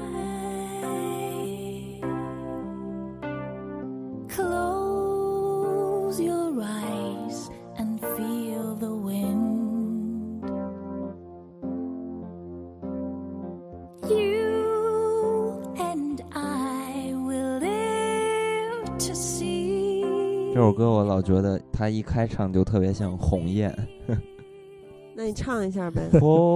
Close your eyes and feel the wind. You and I will live to see. 这首歌我老觉得它一开场就特别像鸿雁。 那你唱一下呗。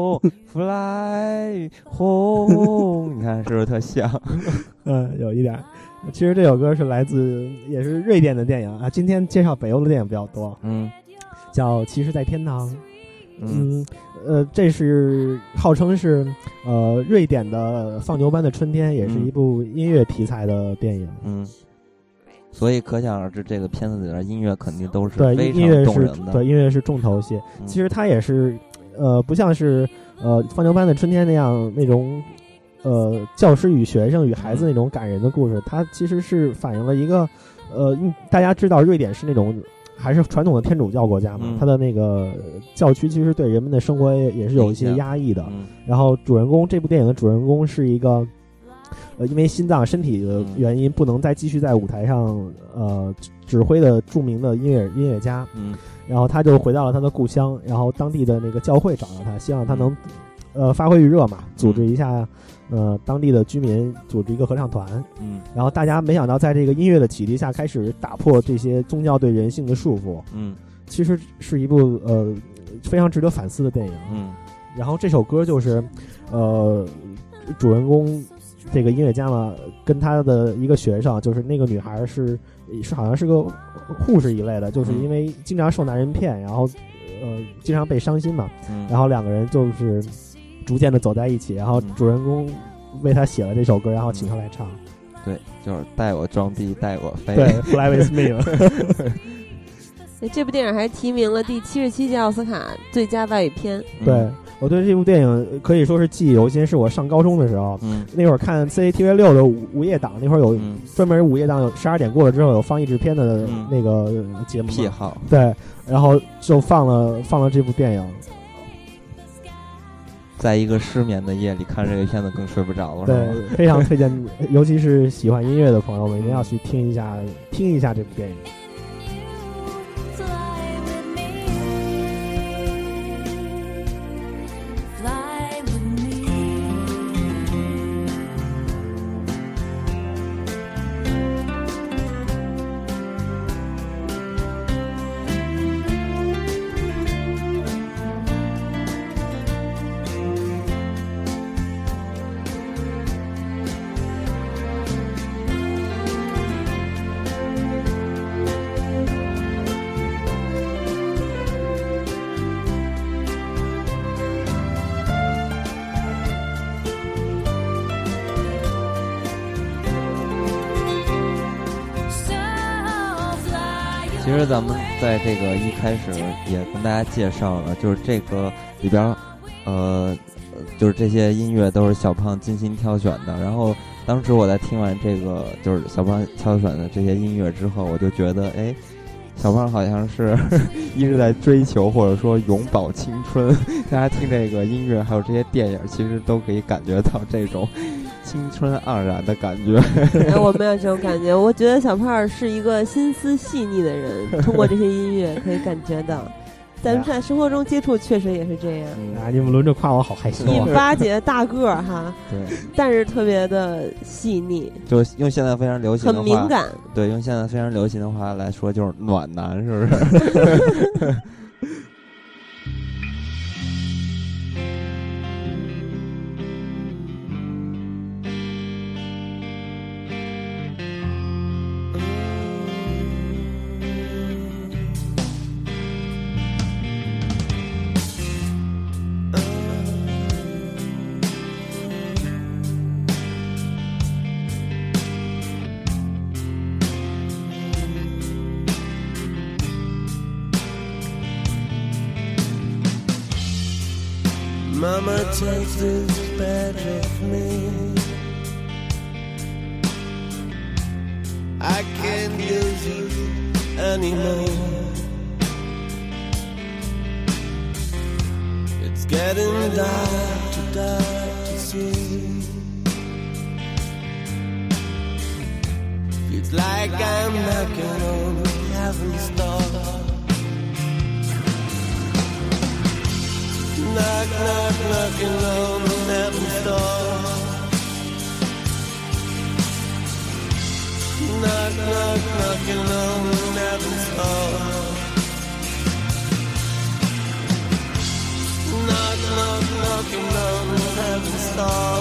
fly 红，你看是不是特像？ 有一点。其实这首歌是来自也是瑞典的电影啊。今天介绍北欧的电影比较多，叫《骑士在天堂》。这是号称是瑞典的放牛班的春天，也是一部音乐题材的电影。 所以可想而知，这个片子里的音乐肯定都是非常动人的。 对，音乐是重头戏。其实它也是不像是放牛班的春天那种教师与学生与孩子那种感人的故事。它其实是反映了一个大家知道瑞典是那种还是传统的天主教国家嘛，它的那个教区其实对人们的生活也是有一些压抑的。然后这部电影的主人公是一个因为心脏身体的原因不能再继续在舞台上指挥的著名的音乐家。然后他就回到了他的故乡，然后当地的那个教会找到他，希望他能发挥余热嘛，组织一下当地的居民组织一个合唱团。然后大家没想到在这个音乐的启迪下开始打破这些宗教对人性的束缚。其实是一部非常值得反思的电影。然后这首歌就是主人公这个音乐家嘛，跟他的一个学生，就是那个女孩是好像是个护士一类的，就是因为经常受男人骗，然后经常被伤心嘛，然后两个人就是逐渐的走在一起，然后主人公为他写了这首歌，然后请他来唱。 对，就是带我装逼带我飞。 对，Fly with me 这部电影还提名了第77届奥斯卡最佳外语片。 对，我对这部电影可以说是记忆犹新，是我上高中的时候，那会儿看 CCTV6 的午夜档，那会儿有专门午夜档，有12点过了之后有放译制片的那个节目癖好。 对，然后就放了这部电影。 在一个失眠的夜里看这个片子更睡不着了。 对，非常推荐，尤其是喜欢音乐的朋友们一定要去听一下这部电影。 其实咱们在这个一开始也跟大家介绍了，就是这个里边就是这些音乐都是小胖精心挑选的。然后当时我在听完这个就是小胖挑选的这些音乐之后，我就觉得小胖好像是一直在追求或者说永葆青春。大家听这个音乐还有这些电影，其实都可以感觉到这种青春盎然的感觉。 我没有这种感觉，我觉得小胖是一个心思细腻的人，通过这些音乐可以感觉到。咱们在生活中接触确实也是这样。 你们轮着夸我好害羞啊。 一巴结大个儿哈， 对， 但是特别的细腻， 就用现在非常流行的话， 很敏感。 对，用现在非常流行的话来说，就是暖男，是不是？ Mama takes this bed with me. I can't use it anymore. It's getting dark to see. Feels like I'm knocking on heaven's door. Knock, knock, knocking on heaven's door. Knock, knock, knocking on heaven's door. Knock, knock, knocking on heaven's door.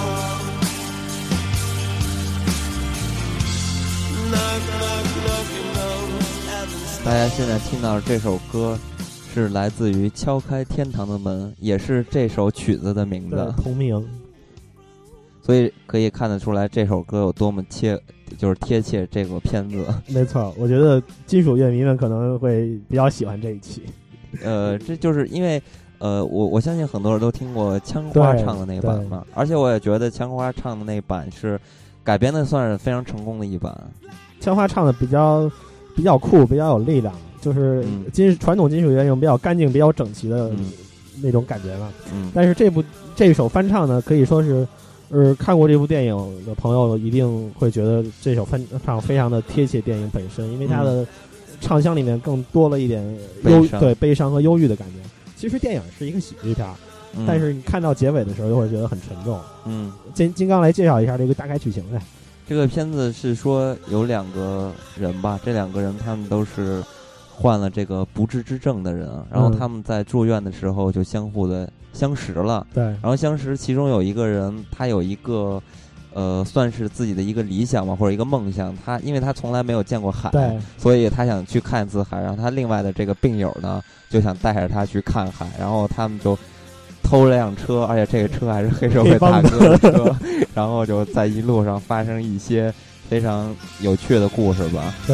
Knock, knock, knocking on heaven's door. 大家现在听到这首歌是来自于敲开天堂的门，也是这首曲子的名字同名， 所以可以看得出来这首歌有多么贴切这个片子。 没错，我觉得金属乐迷们可能会比较喜欢这一期。 这就是因为我相信很多人都听过枪花唱的那版嘛，而且我也觉得枪花唱的那版是改编的算是非常成功的一版。 枪花唱的比较酷，比较有力量。就是传统金属乐用比较干净、比较整齐的那种感觉嘛。但是这首翻唱呢，可以说是，看过这部电影的朋友一定会觉得这首翻唱非常的贴切电影本身，因为它的唱腔里面更多了一点悲伤和忧郁的感觉。其实电影是一个喜剧片，但是你看到结尾的时候，又会觉得很沉重。金刚来介绍一下这个大概剧情呗。 这个片子是说有两个人吧，这两个人他们都是患了这个不治之症的人，然后他们在住院的时候就相互的相识了。 对， 然后相识，其中有一个人他有一个算是自己的一个理想嘛，或者一个梦想。因为他从来没有见过海，所以他想去看一次海。然后他另外的这个病友呢，就想带着他去看海。然后他们就偷了辆车，而且这个车还是黑社会大哥的车，然后就在一路上发生一些非常有趣的故事吧。 对。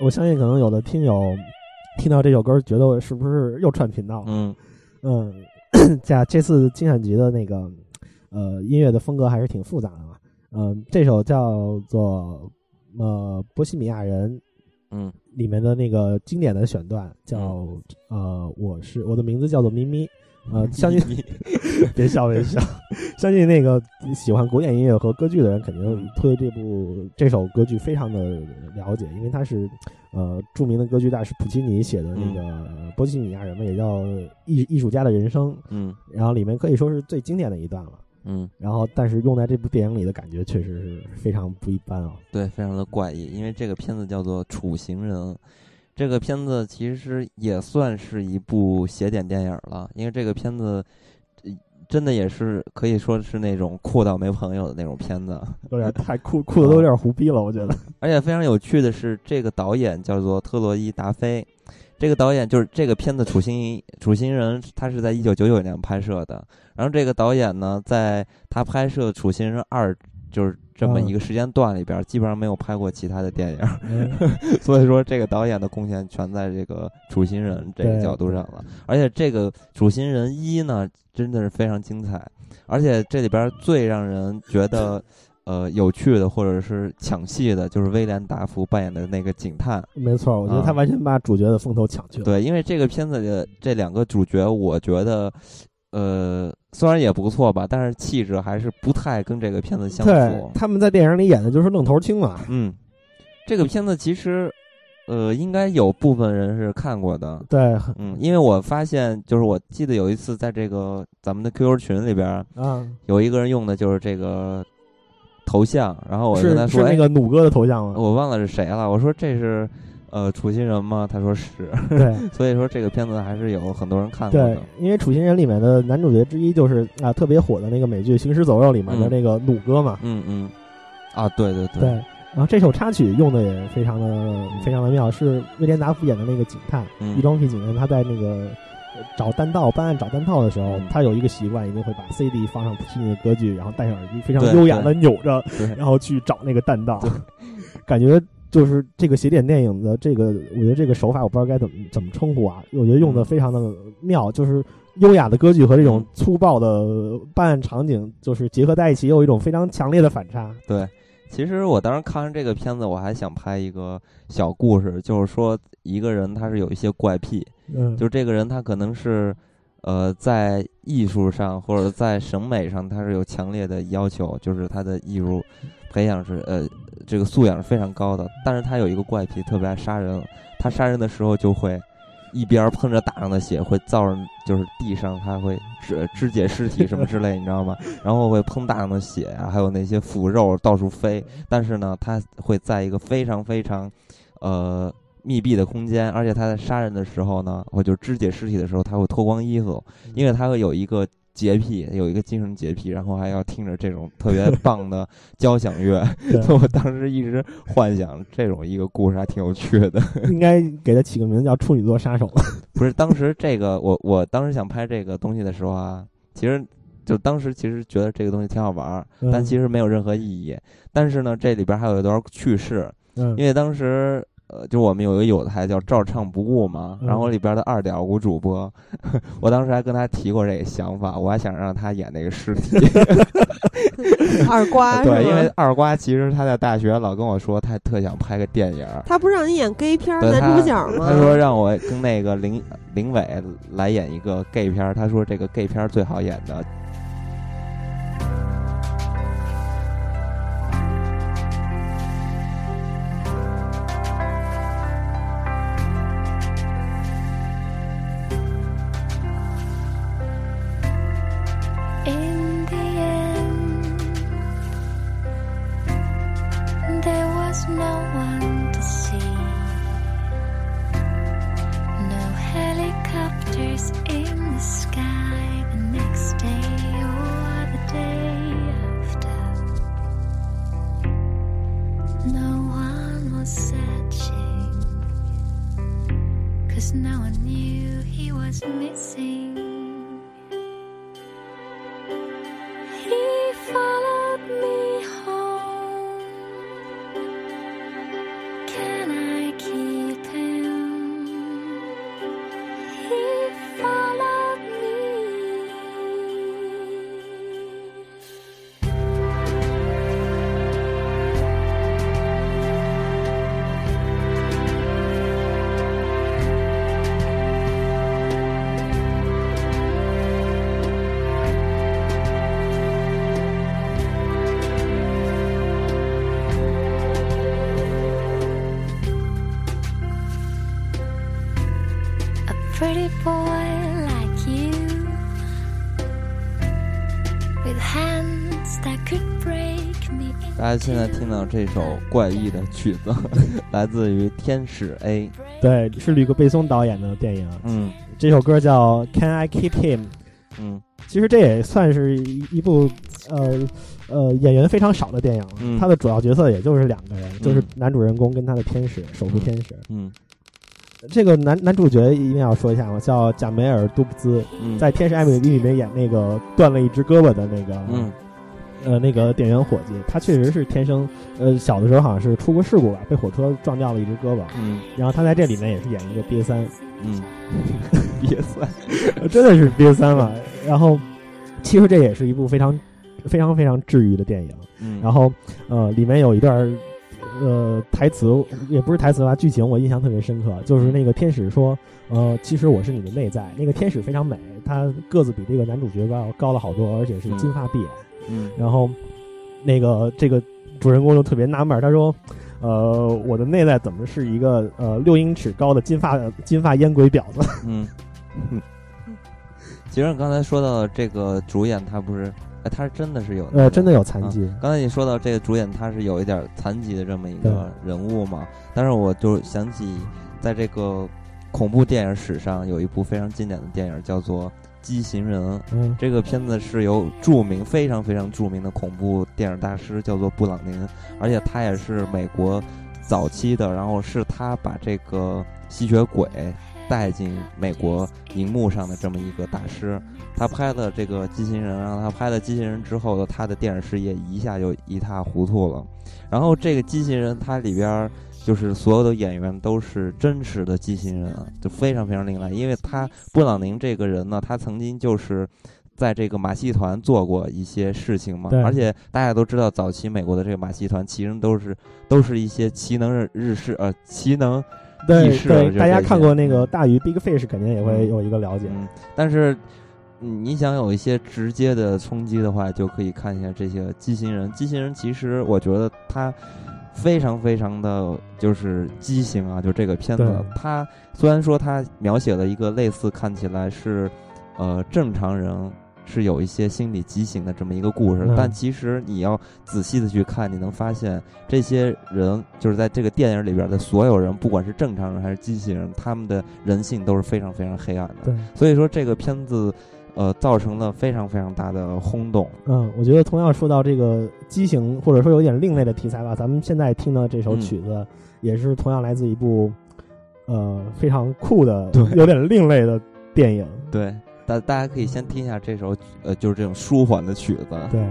我相信可能有的听友听到这首歌觉得我是不是又串频道？这次金选集的那个音乐的风格还是挺复杂的嘛。这首叫做波西米亚人，里面的那个经典的选段叫我的名字叫做咪咪。相信别笑，相信那个喜欢古典音乐和歌剧的人肯定对这首歌剧非常的了解，因为它是著名的歌剧大师普契尼写的那个波西米亚人嘛，也叫艺术家的人生，然后里面可以说是最经典的一段了，然后但是用在这部电影里的感觉确实是非常不一般啊， 对，非常的怪异，因为这个片子叫做《处刑人》。这个片子其实也算是一部邪典电影了，因为这个片子真的也是可以说是那种酷到没朋友的那种片子， 有点太酷的都有点胡逼了，我觉得。 而且非常有趣的是，这个导演叫做特洛伊达菲，这个导演就是这个片子《处刑人》，他是在1999年拍摄的。然后这个导演呢，在他拍摄《处刑人2》就是这么一个时间段里边，基本上没有拍过其他的电影，所以说这个导演的贡献全在这个处刑人这个角度上了。而且这个处刑人1呢，真的是非常精彩，而且这里边最让人觉得有趣的或者是抢戏的，就是威廉达福扮演的那个警探。 没错，我觉得他完全把主角的风头抢去了。 对，因为这个片子的这两个主角，我觉得虽然也不错吧，但是气质还是不太跟这个片子相符。 对，他们在电影里演的就是愣头青嘛。 这个片子其实应该有部分人是看过的。 对， 因为我发现，就是我记得有一次在这个咱们的 QQ 群里边有一个人用的就是这个头像，然后我跟他说是那个弩哥的头像吗？ 我忘了是谁了，我说这是处刑人吗？他说是。 对， 所以说这个片子还是有很多人看过的。 对，因为处刑人里面的男主角之一就是特别火的那个美剧《行尸走肉》里面的那个弩哥嘛。 对。 然后这首插曲用的也非常的妙，是威廉达福演的那个警探，异装癖警探，他在那个办案找弹道的时候，他有一个习惯，一定会把 CD 放上普契尼的歌剧，然后戴上耳机，非常优雅的扭着，然后去找那个弹道，感觉就是这个邪典电影的这个，我觉得这个手法我不知道该怎么称呼啊，我觉得用的非常的妙，就是优雅的歌剧和这种粗暴的办案场景就是结合在一起，有一种非常强烈的反差。 对。其实我当时看完这个片子，我还想拍一个小故事，就是说一个人他是有一些怪癖，就这个人他可能是在艺术上或者在审美上他是有强烈的要求，就是他的艺术培养是这个素养是非常高的，但是他有一个怪癖，特别爱杀人，他杀人的时候就会一边喷着打上的血，会造成就是地上他会肢解尸体什么之类，你知道吗？然后会喷大量的血啊，还有那些腐肉到处飞。但是呢，他会在一个非常非常密闭的空间，而且他在杀人的时候呢，或者肢解尸体的时候，他会脱光衣服，因为他会有一个洁癖，有一个精神洁癖，然后还要听着这种特别棒的交响乐。所以我当时一直幻想这种一个故事还挺有趣的， 应该给他起个名字叫处女座杀手。 不是，当时这个我当时想拍这个东西的时候啊，其实觉得这个东西挺好玩，但其实没有任何意义。但是呢，这里边还有一段趣事，因为当时就我们有一个友台叫照唱不误嘛，然后里边的2.5主播，我当时还跟他提过这个想法，我还想让他演那个尸体。 二瓜对，因为二瓜其实他在大学老跟我说他特想拍个电影， 他不是让你演 gay 片男主角吗？ 他说让我跟那个林伟来演一个 gay 片，他说这个 gay 片最好演的。 Can I keep boy like you with hands that could break me. 大家现在听到这首怪异的曲子，来自于天使 A， 对，是吕克贝松导演的电影。这首歌叫 Can I Keep Him。其实这也算是一部演员非常少的电影了。他的主要角色也就是2个人，就是男主人公跟他的天使，守护天使。这个男主角一定要说一下嘛，叫贾梅尔·杜布兹，在《天使艾米丽》里面演那个断了一只胳膊的那个店员伙计。他确实是天生，小的时候好像是出过事故吧，被火车撞掉了一只胳膊。然后他在这里面也是演一个瘪三。 瘪三， 真的是瘪三嘛。然后，其实这也是一部非常非常非常治愈的电影。然后里面有一段台词，也不是台词吧，剧情我印象特别深刻，就是那个天使说其实我是你的内在。那个天使非常美，她个子比这个男主角高了好多，而且是金发碧眼。然后这个主人公就特别纳闷，他说我的内在怎么是一个6英尺高的金发烟鬼婊子。 其实你刚才说到这个主演，他不是他是真的是有真的有残疾。 刚才你说到这个主演，他是有一点残疾的这么一个人物嘛？但是我就想起，在这个恐怖电影史上有一部非常经典的电影叫做《畸形人》。这个片子是由非常非常著名的恐怖电影大师叫做布朗宁，而且他也是美国早期的，然后是他把这个吸血鬼带进美国荧幕上的这么一个大师。他拍了这个畸形人，然后他拍了畸形人之后的他的电影事业一下就一塌糊涂了。然后这个畸形人它里边就是所有的演员都是真实的畸形人，就非常非常另类。因为他布朗宁这个人呢，他曾经就是在这个马戏团做过一些事情嘛，而且大家都知道早期美国的这个马戏团其实都是一些奇能奇能异士。 对，大家看过那个大鱼 Big Fish 肯定也会有一个了解。 但是你想有一些直接的冲击的话，就可以看一下这些畸形人。畸形人其实我觉得他非常非常的就是畸形啊，就这个片子，他虽然说他描写了一个类似看起来是正常人是有一些心理畸形的这么一个故事，但其实你要仔细的去看，你能发现这些人就是在这个电影里边的所有人，不管是正常人还是畸形人，他们的人性都是非常非常黑暗的。所以说这个片子造成了非常非常大的轰动。 我觉得同样说到这个畸形或者说有点另类的题材吧，咱们现在听到这首曲子也是同样来自一部非常酷的有点另类的电影。 对，大家可以先听一下这首就是这种舒缓的曲子。 对。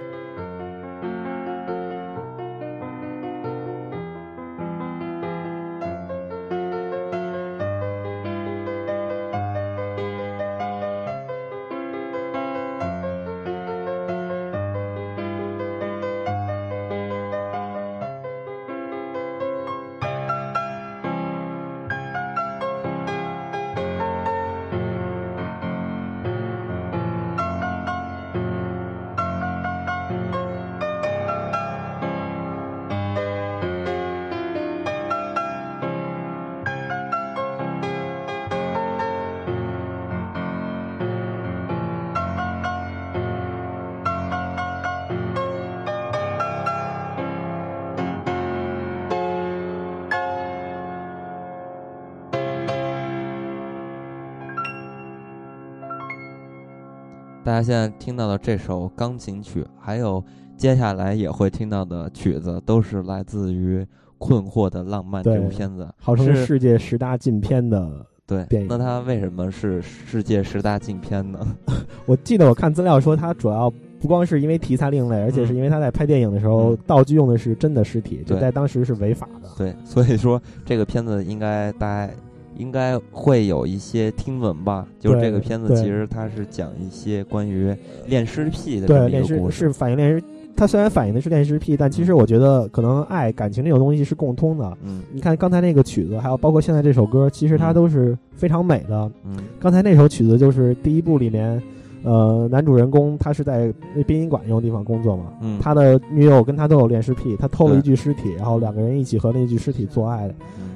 大家现在听到的这首钢琴曲，还有接下来也会听到的曲子，都是来自于《困惑的浪漫》这部片子， 号称世界10大禁片的电影。 那它为什么是世界10大禁片呢？ 我记得我看资料说，它主要不光是因为题材另类，而且是因为他在拍电影的时候，道具用的是真的尸体，就在当时是违法的。 对，所以说这个片子大家应该会有一些听闻吧，就是这个片子其实它是讲一些关于恋尸癖的这么一个故事， 是反映恋尸。它虽然反映的是恋尸癖，但其实我觉得可能感情这种东西是共通的。你看刚才那个曲子，还有包括现在这首歌，其实它都是非常美的。刚才那首曲子就是第一部里面，男主人公他是在殡仪馆那种地方工作嘛，他的女友跟他都有恋尸癖，他偷了一具尸体，然后2个人一起和那具尸体做爱。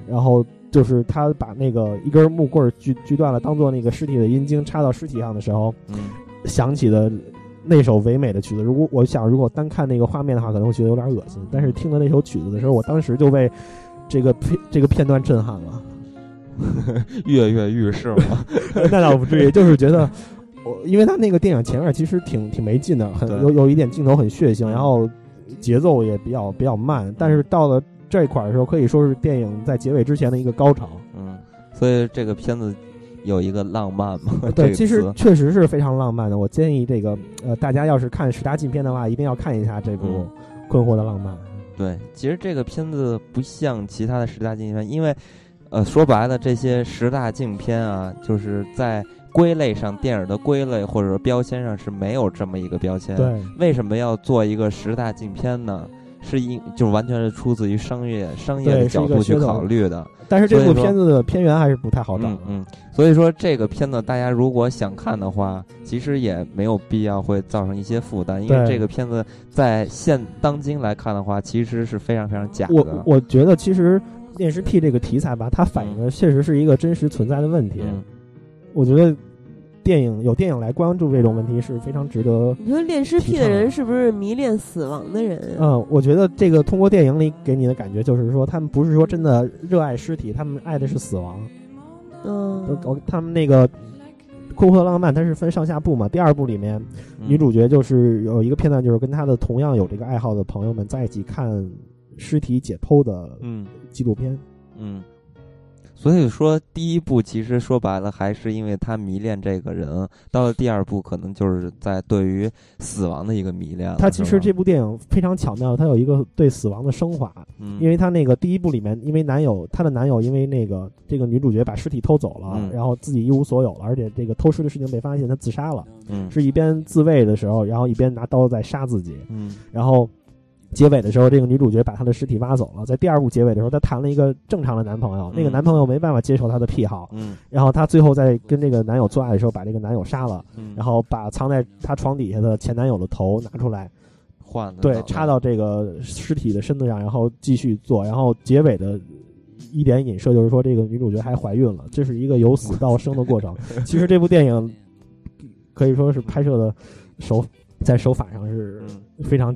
然后就是他把那个一根木棍锯断了，当做那个尸体的阴茎插到尸体上的时候，响起的那首唯美的曲子。如果单看那个画面的话，可能会觉得有点恶心，但是听了那首曲子的时候，我当时就被这个片段震撼了。 跃跃欲试吗？ 那倒不至于，就是觉得因为他那个电影前面其实挺没劲的，有一点镜头很血腥，然后节奏也比较慢，但是到了这一块的时候，可以说是电影在结尾之前的一个高潮。 所以这个片子有一个浪漫嘛？ 对，其实确实是非常浪漫的。我建议这个大家要是看10大禁片的话，一定要看一下这部《困惑的浪漫》。 对，其实这个片子不像其他的10大禁片，因为说白了，这些10大禁片啊，就是在归类上，电影的归类或者标签上是没有这么一个标签。 对， 为什么要做一个10大禁片呢？就完全是出自于商业的角度去考虑的。 但是这部片子的片源还是不太好找。 所以说这个片子大家如果想看的话，其实也没有必要会造成一些负担，因为这个片子在当今来看的话，其实是非常非常假的。 我觉得其实恋尸癖这个题材吧，它反映的确实是一个真实存在的问题。我觉得有电影来关注这种问题是非常值得。 你说恋尸癖的人是不是迷恋死亡的人？ 我觉得这个通过电影里给你的感觉就是说，他们不是说真的热爱尸体，他们爱的是死亡。他们那个《困惑的浪漫》它是分上下部嘛，第2部里面女主角就是有一个片段，就是跟她的同样有这个爱好的朋友们在一起看尸体解剖的纪录片。 所以说第1部其实说白了还是因为他迷恋这个人，到了第2部可能就是在对于死亡的一个迷恋了。 他其实这部电影非常巧妙，他有一个对死亡的升华。因为他那个第1部里面，因为他的男友因为这个女主角把尸体偷走了，然后自己一无所有了，而且这个偷尸的事情被发现，他自杀了。是一边自卫的时候，然后一边拿刀在杀自己。然后结尾的时候，这个女主角把她的尸体挖走了。在第2部结尾的时候，她谈了一个正常的男朋友，那个男朋友没办法接受她的癖好，然后她最后在跟这个男友做爱的时候，把这个男友杀了，然后把藏在她床底下的前男友的头拿出来，插到这个尸体的身子上，然后继续做。然后结尾的一点影射就是说，这个女主角还怀孕了，这是一个由死到生的过程。其实这部电影可以说是拍摄的在手法上是非常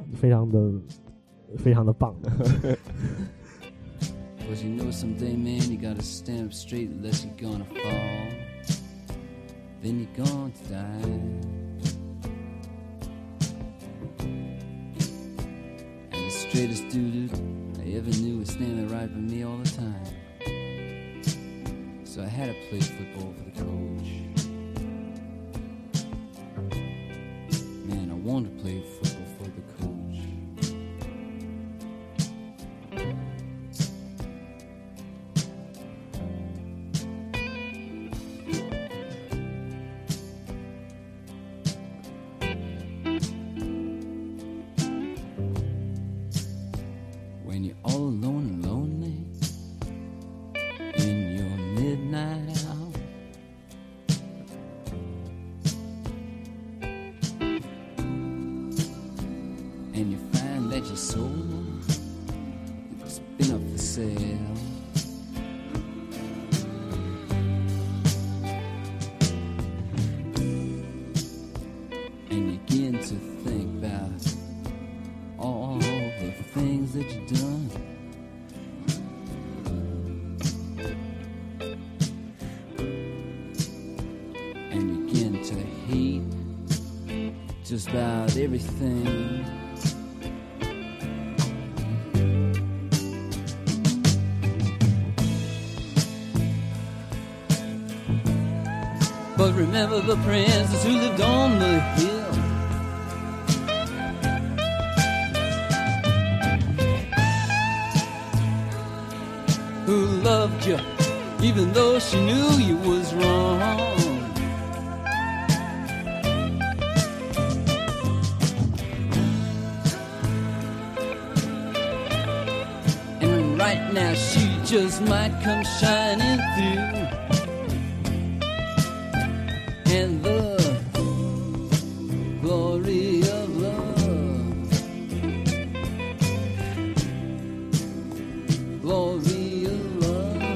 棒的。 Cause you know someday, man, you gotta stand up straight unless you're gonna fall. Then you're going to die. And the straightest dude I ever knew was standing right by me all the time. So I had to play football for the coach. Man, I wanted to play football for the coach. When you're all alone and lonely in your midnight hour, and you find that your soul has been up for sale, and you begin to think about all the things that you've done. And you begin to hate just about everything. But remember the princess who lived on the hill, who loved you even though she knew you was wrong. And right now she just might come shining through, and the glory of love, glory of love.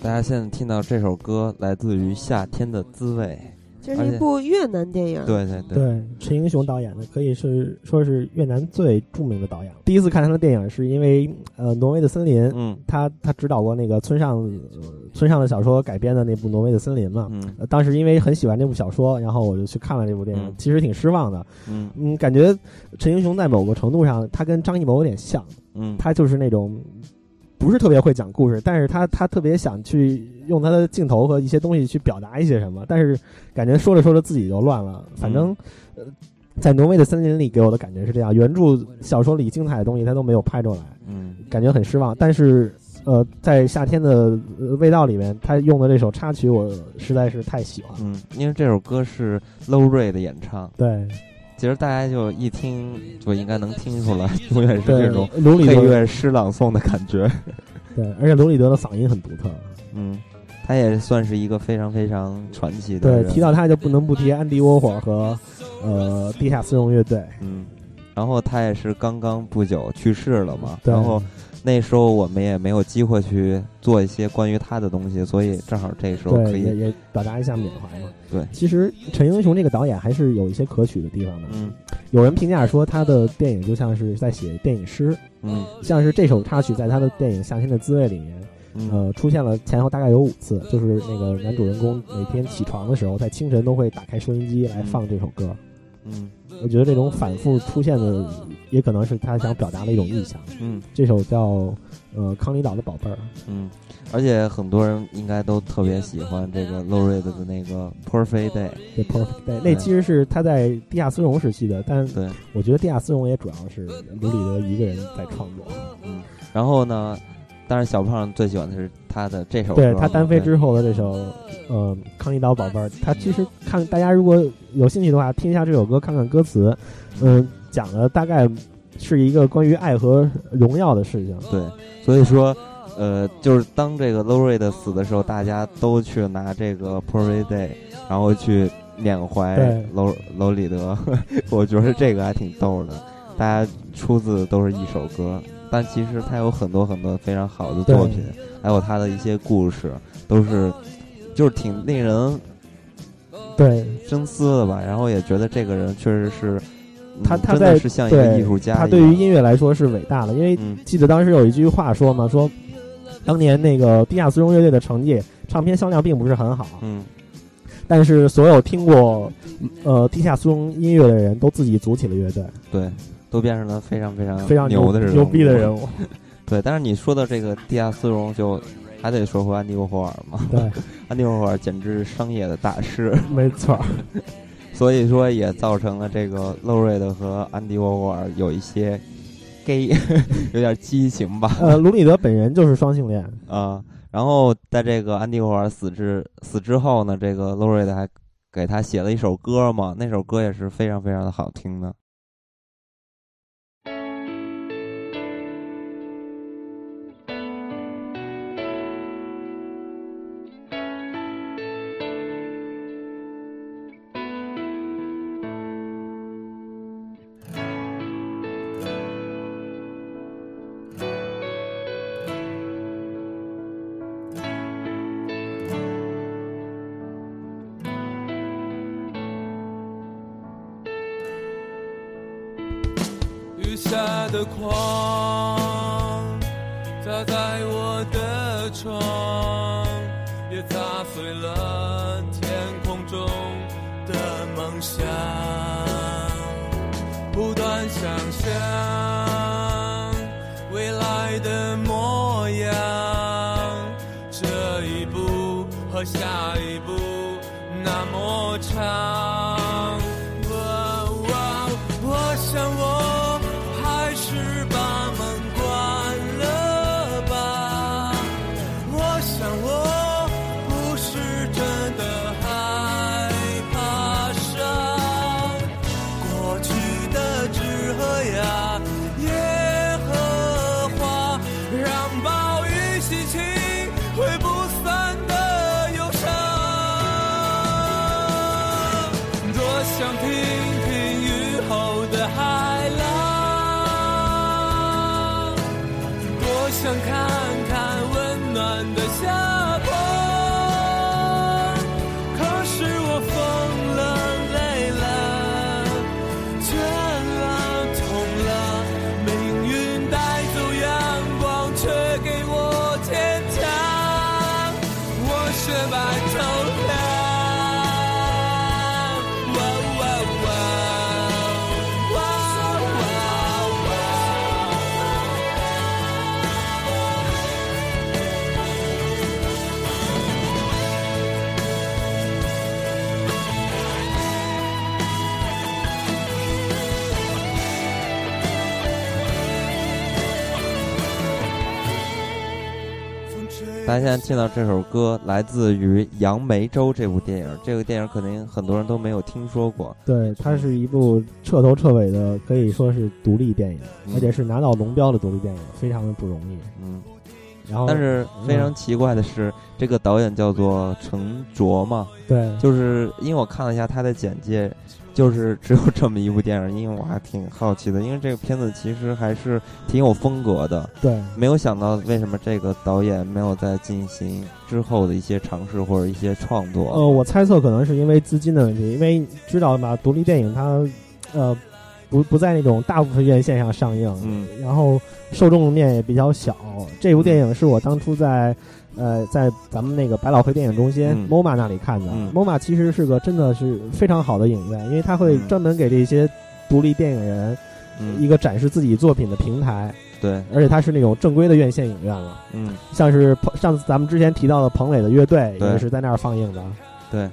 大家现在听到这首歌来自于《夏天的滋味》， 这是一部越南电影。 对， 陈英雄导演的，可以说是越南最著名的导演。第一次看他的电影是因为挪威的森林，他指导过那个村上的小说改编的那部《挪威的森林》嘛，当时因为很喜欢那部小说，然后我就去看了这部电影，其实挺失望的，感觉陈英雄在某个程度上他跟张艺谋有点像，他就是那种不是特别会讲故事，但是他特别想去用他的镜头和一些东西去表达一些什么，但是感觉说着说着自己就乱了。反正在挪威的森林里给我的感觉是这样，原著小说里精彩的东西他都没有拍出来，感觉很失望。但是在夏天的味道里面，他用的这首插曲我实在是太喜欢。 因为这首歌是 Low Ray 的演唱。 对。 其实大家就一听就应该能听出来，永远是这种配乐诗朗诵的感觉。 对，而且卢里德的嗓音很独特。 他也算是一个非常非常传奇的人。 对，提到他就不能不提安迪沃霍尔和地下丝绒乐队。 然后他也是刚刚不久去世了嘛。 对。 然后那时候我们也没有机会去做一些关于他的东西，所以正好这时候可以也表达一下缅怀嘛。 对， 其实陈英雄这个导演还是有一些可取的地方的。有人评价说他的电影就像是在写电影诗。像是这首插曲在他的电影《夏天的滋味》里面，出现了前后大概有5次，就是那个男主人公每天起床的时候，在清晨都会打开收音机来放这首歌。我觉得这种反复出现的，也可能是他想表达的一种意象。这首叫康尼岛的宝贝儿。 而且很多人应该都特别喜欢这个 Low Ray 的那个 Perfect Day。 对 Perfect Day， 那其实是他在地下丝绒时期的，但我觉得地下丝绒也主要是卢里德一个人在创作。 然后呢，当然小胖最喜欢的是他的这首歌， 对他单飞之后的这首康尼岛宝贝儿。他其实大家如果有兴趣的话，听一下这首歌，看看歌词，讲的大概是一个关于爱和荣耀的事情。 对，所以说就是当这个 Low Ray 的死的时候，大家都去拿这个 Perfect Day， 然后去缅怀楼里德。我觉得这个还挺逗的，大家出自都是一首歌，但其实他有很多很多非常好的作品，还有他的一些故事，都是就是挺令人深思的吧。然后也觉得这个人确实是。 他真的是像一个艺术家一样， 他对于音乐来说是伟大的，因为记得当时有一句话说嘛，说当年那个地下丝绒乐队的成绩，唱片销量并不是很好，但是所有听过地下丝绒音乐的人都自己组起了乐队， 对，都变成了非常非常非常牛的人物， 牛逼的人物。 对，但是你说到这个地下丝绒，就还得说回安迪沃霍尔嘛。 对， 安迪沃霍尔简直是商业的大师， 没错。 所以说也造成了这个 Low Ray 的和安迪沃霍尔有一些 gay 有点激情吧。 卢里德本人就是双性恋啊。然后在这个安迪沃霍尔死之后呢，这个 Low Ray 的还给他写了一首歌嘛，那首歌也是非常非常的好听的。 下的狂砸在我的窗，也砸碎了天空中的梦想，不断想象未来的模样，这一步和下一步那么长，我想我还是把门关了吧，我想我不是真的害怕伤，过去的枝和芽，耶和华让暴雨洗清挥不散的忧伤，多想听听雨后的海浪，多想看看温暖的霞光， 大家现在听到这首歌来自于《杨梅洲》这部电影，这个电影可能很多人都没有听说过。 对，它是一部彻头彻尾的，可以说是独立电影，而且是拿到龙标的独立电影，非常的不容易。然后， 但是非常奇怪的是，这个导演叫做陈卓嘛， 对， 就是因为我看了一下他的简介，就是只有这么一部电影，因为我还挺好奇的，因为这个片子其实还是挺有风格的， 对， 没有想到为什么这个导演没有再进行之后的一些尝试或者一些创作。 我猜测可能是因为资金的问题，因为知道吧，独立电影它不在那种大部分院线上上映，然后受众面也比较小。这部电影是我当初在咱们那个百老汇电影中心、MoMA 那里看的。MoMA 其实是个真的是非常好的影院，因为它会专门给这些独立电影人一个展示自己作品的平台。 对， 而且它是那种正规的院线影院了。像是上次咱们之前提到的彭磊的乐队也是在那儿放映的。 对，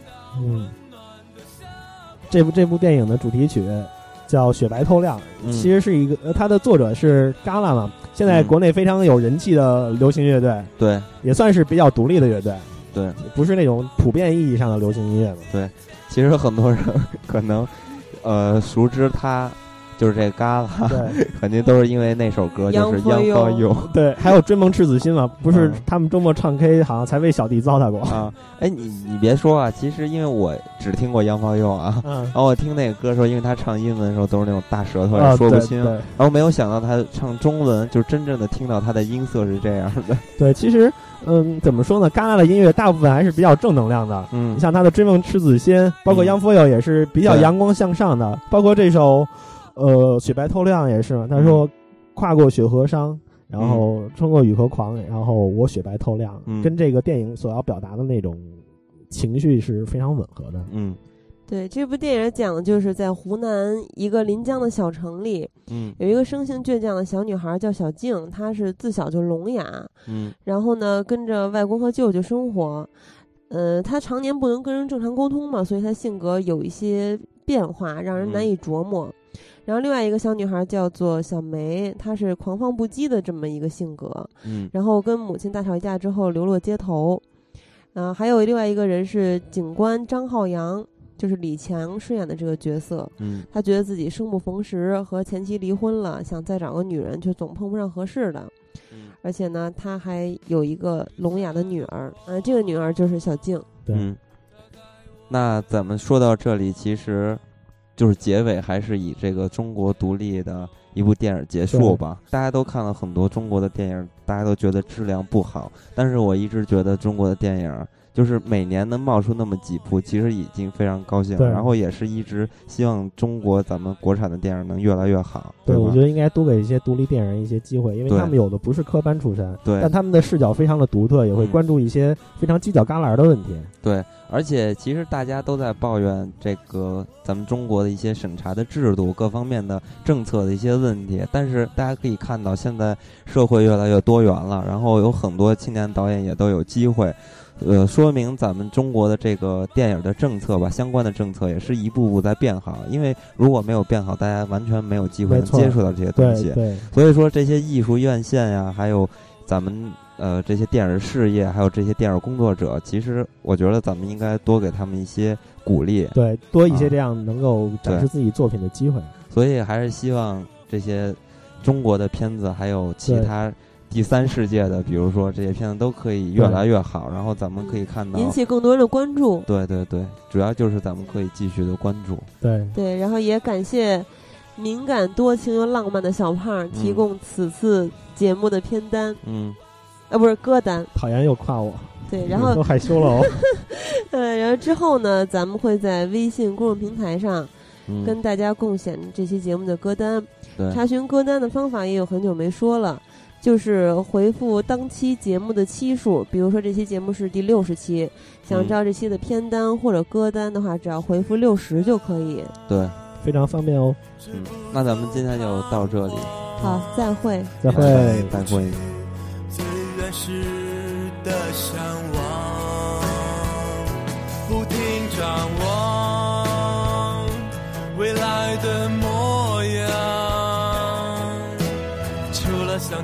这部电影的主题曲叫《雪白透亮》，其实是一个它的作者是嘎啦嘛，现在国内非常有人气的流行乐队， 对， 也算是比较独立的乐队， 对， 不是那种普遍意义上的流行音乐嘛。 对，其实很多人可能熟知他就是这嘎啦， 对， 肯定都是因为那首歌就是《央方佑》， 对，还有追梦赤子心嘛，不是他们周末唱 K 好像才为小弟糟蹋过啊。哎，你别说啊，其实因为我只听过央方佑啊，然后我听那个歌的时候，因为他唱英文的时候都是那种大舌头也说不清，然后没有想到他唱中文，就是真正的听到他的音色是这样的。 对，其实怎么说呢？戛纳的音乐大部分还是比较正能量的，你像他的追梦赤子心，包括央方佑也是比较阳光向上的，包括这首。雪白透亮也是嘛，他说跨过雪和伤，然后冲过雨和狂，然后我雪白透亮，跟这个电影所要表达的那种情绪是非常吻合的。 对，这部电影讲的就是在湖南一个临江的小城里，有一个生性倔强的小女孩叫小静，她是自小就聋哑，然后呢跟着外公和舅舅生活，她常年不能跟人正常沟通嘛，所以她性格有一些变化，让人难以琢磨。然后另外一个小女孩叫做小梅，她是狂放不羁的这么一个性格，然后跟母亲大吵架之后流落街头。还有另外一个人是警官张浩洋，就是李强饰演的这个角色。他觉得自己生不逢时，和前妻离婚了，想再找个女人，却总碰不上合适的。而且呢，他还有一个聋哑的女儿，这个女儿就是小静。 对， 那咱们说到这里，其实就是结尾还是以这个中国独立的一部电影结束吧。大家都看了很多中国的电影，大家都觉得质量不好，但是我一直觉得中国的电影就是每年能冒出那么几部，其实已经非常高兴了。然后也是一直希望中国咱们国产的电影能越来越好。 对，我觉得应该多给一些独立电影人一些机会，因为他们有的不是科班出身， 对， 但他们的视角非常的独特，也会关注一些非常犄角旮旯的问题。 对，而且其实大家都在抱怨这个咱们中国的一些审查的制度、各方面的政策的一些问题，但是大家可以看到，现在社会越来越多元了，然后有很多青年导演也都有机会。说明咱们中国的这个电影的政策吧，相关的政策也是一步步在变好。因为如果没有变好，大家完全没有机会能接触到这些东西。 对， 所以说这些艺术院线呀，还有咱们这些电影事业，还有这些电影工作者，其实我觉得咱们应该多给他们一些鼓励。 对，多一些这样能够展示自己作品的机会。 所以还是希望这些中国的片子，还有其他第三世界的，比如说这些片子都可以越来越好，然后咱们可以看到引起更多人的关注。 对对对，主要就是咱们可以继续的关注。 对，然后也感谢敏感多情又浪漫的小胖提供此次节目的片单。不是歌单。 讨厌又夸我。 对，然后都害羞了哦。 然后之后呢，咱们会在微信公众平台上跟大家共享这期节目的歌单。查询歌单的方法也有很久没说了。就是回复当期节目的期数，比如说这期节目是第60期，想知道这期的片单或者歌单的话，只要回复60就可以。 对， 非常方便哦。 那咱们今天就到这里。 好，再会。 再会。 再会。 最原始的向往，不停张望未来的模样。想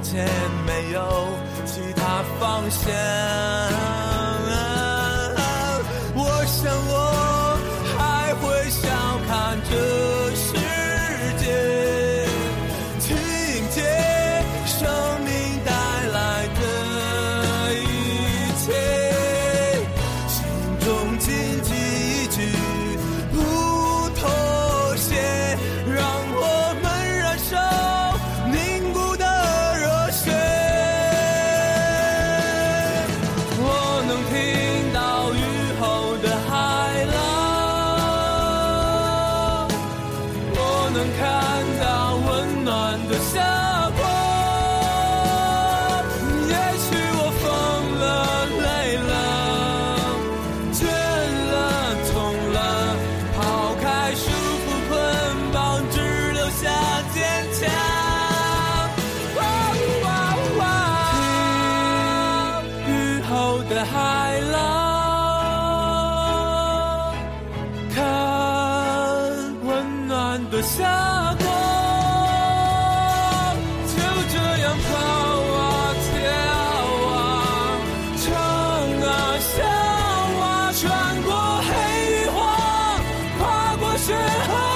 前没有其他方向。我想我还会笑看这世界，听见生命带来的一切，心中谨记一句不妥协，让我们燃烧凝固的热血。我能听到雨后的海浪，我能看到温暖的霞光。也许我疯了累了倦了痛了，抛开束缚捆绑，只留下坚强。听雨后的海浪，看温暖的霞光，就这样跑啊跳啊，唱啊笑啊，穿过黑与黄，跨过雪和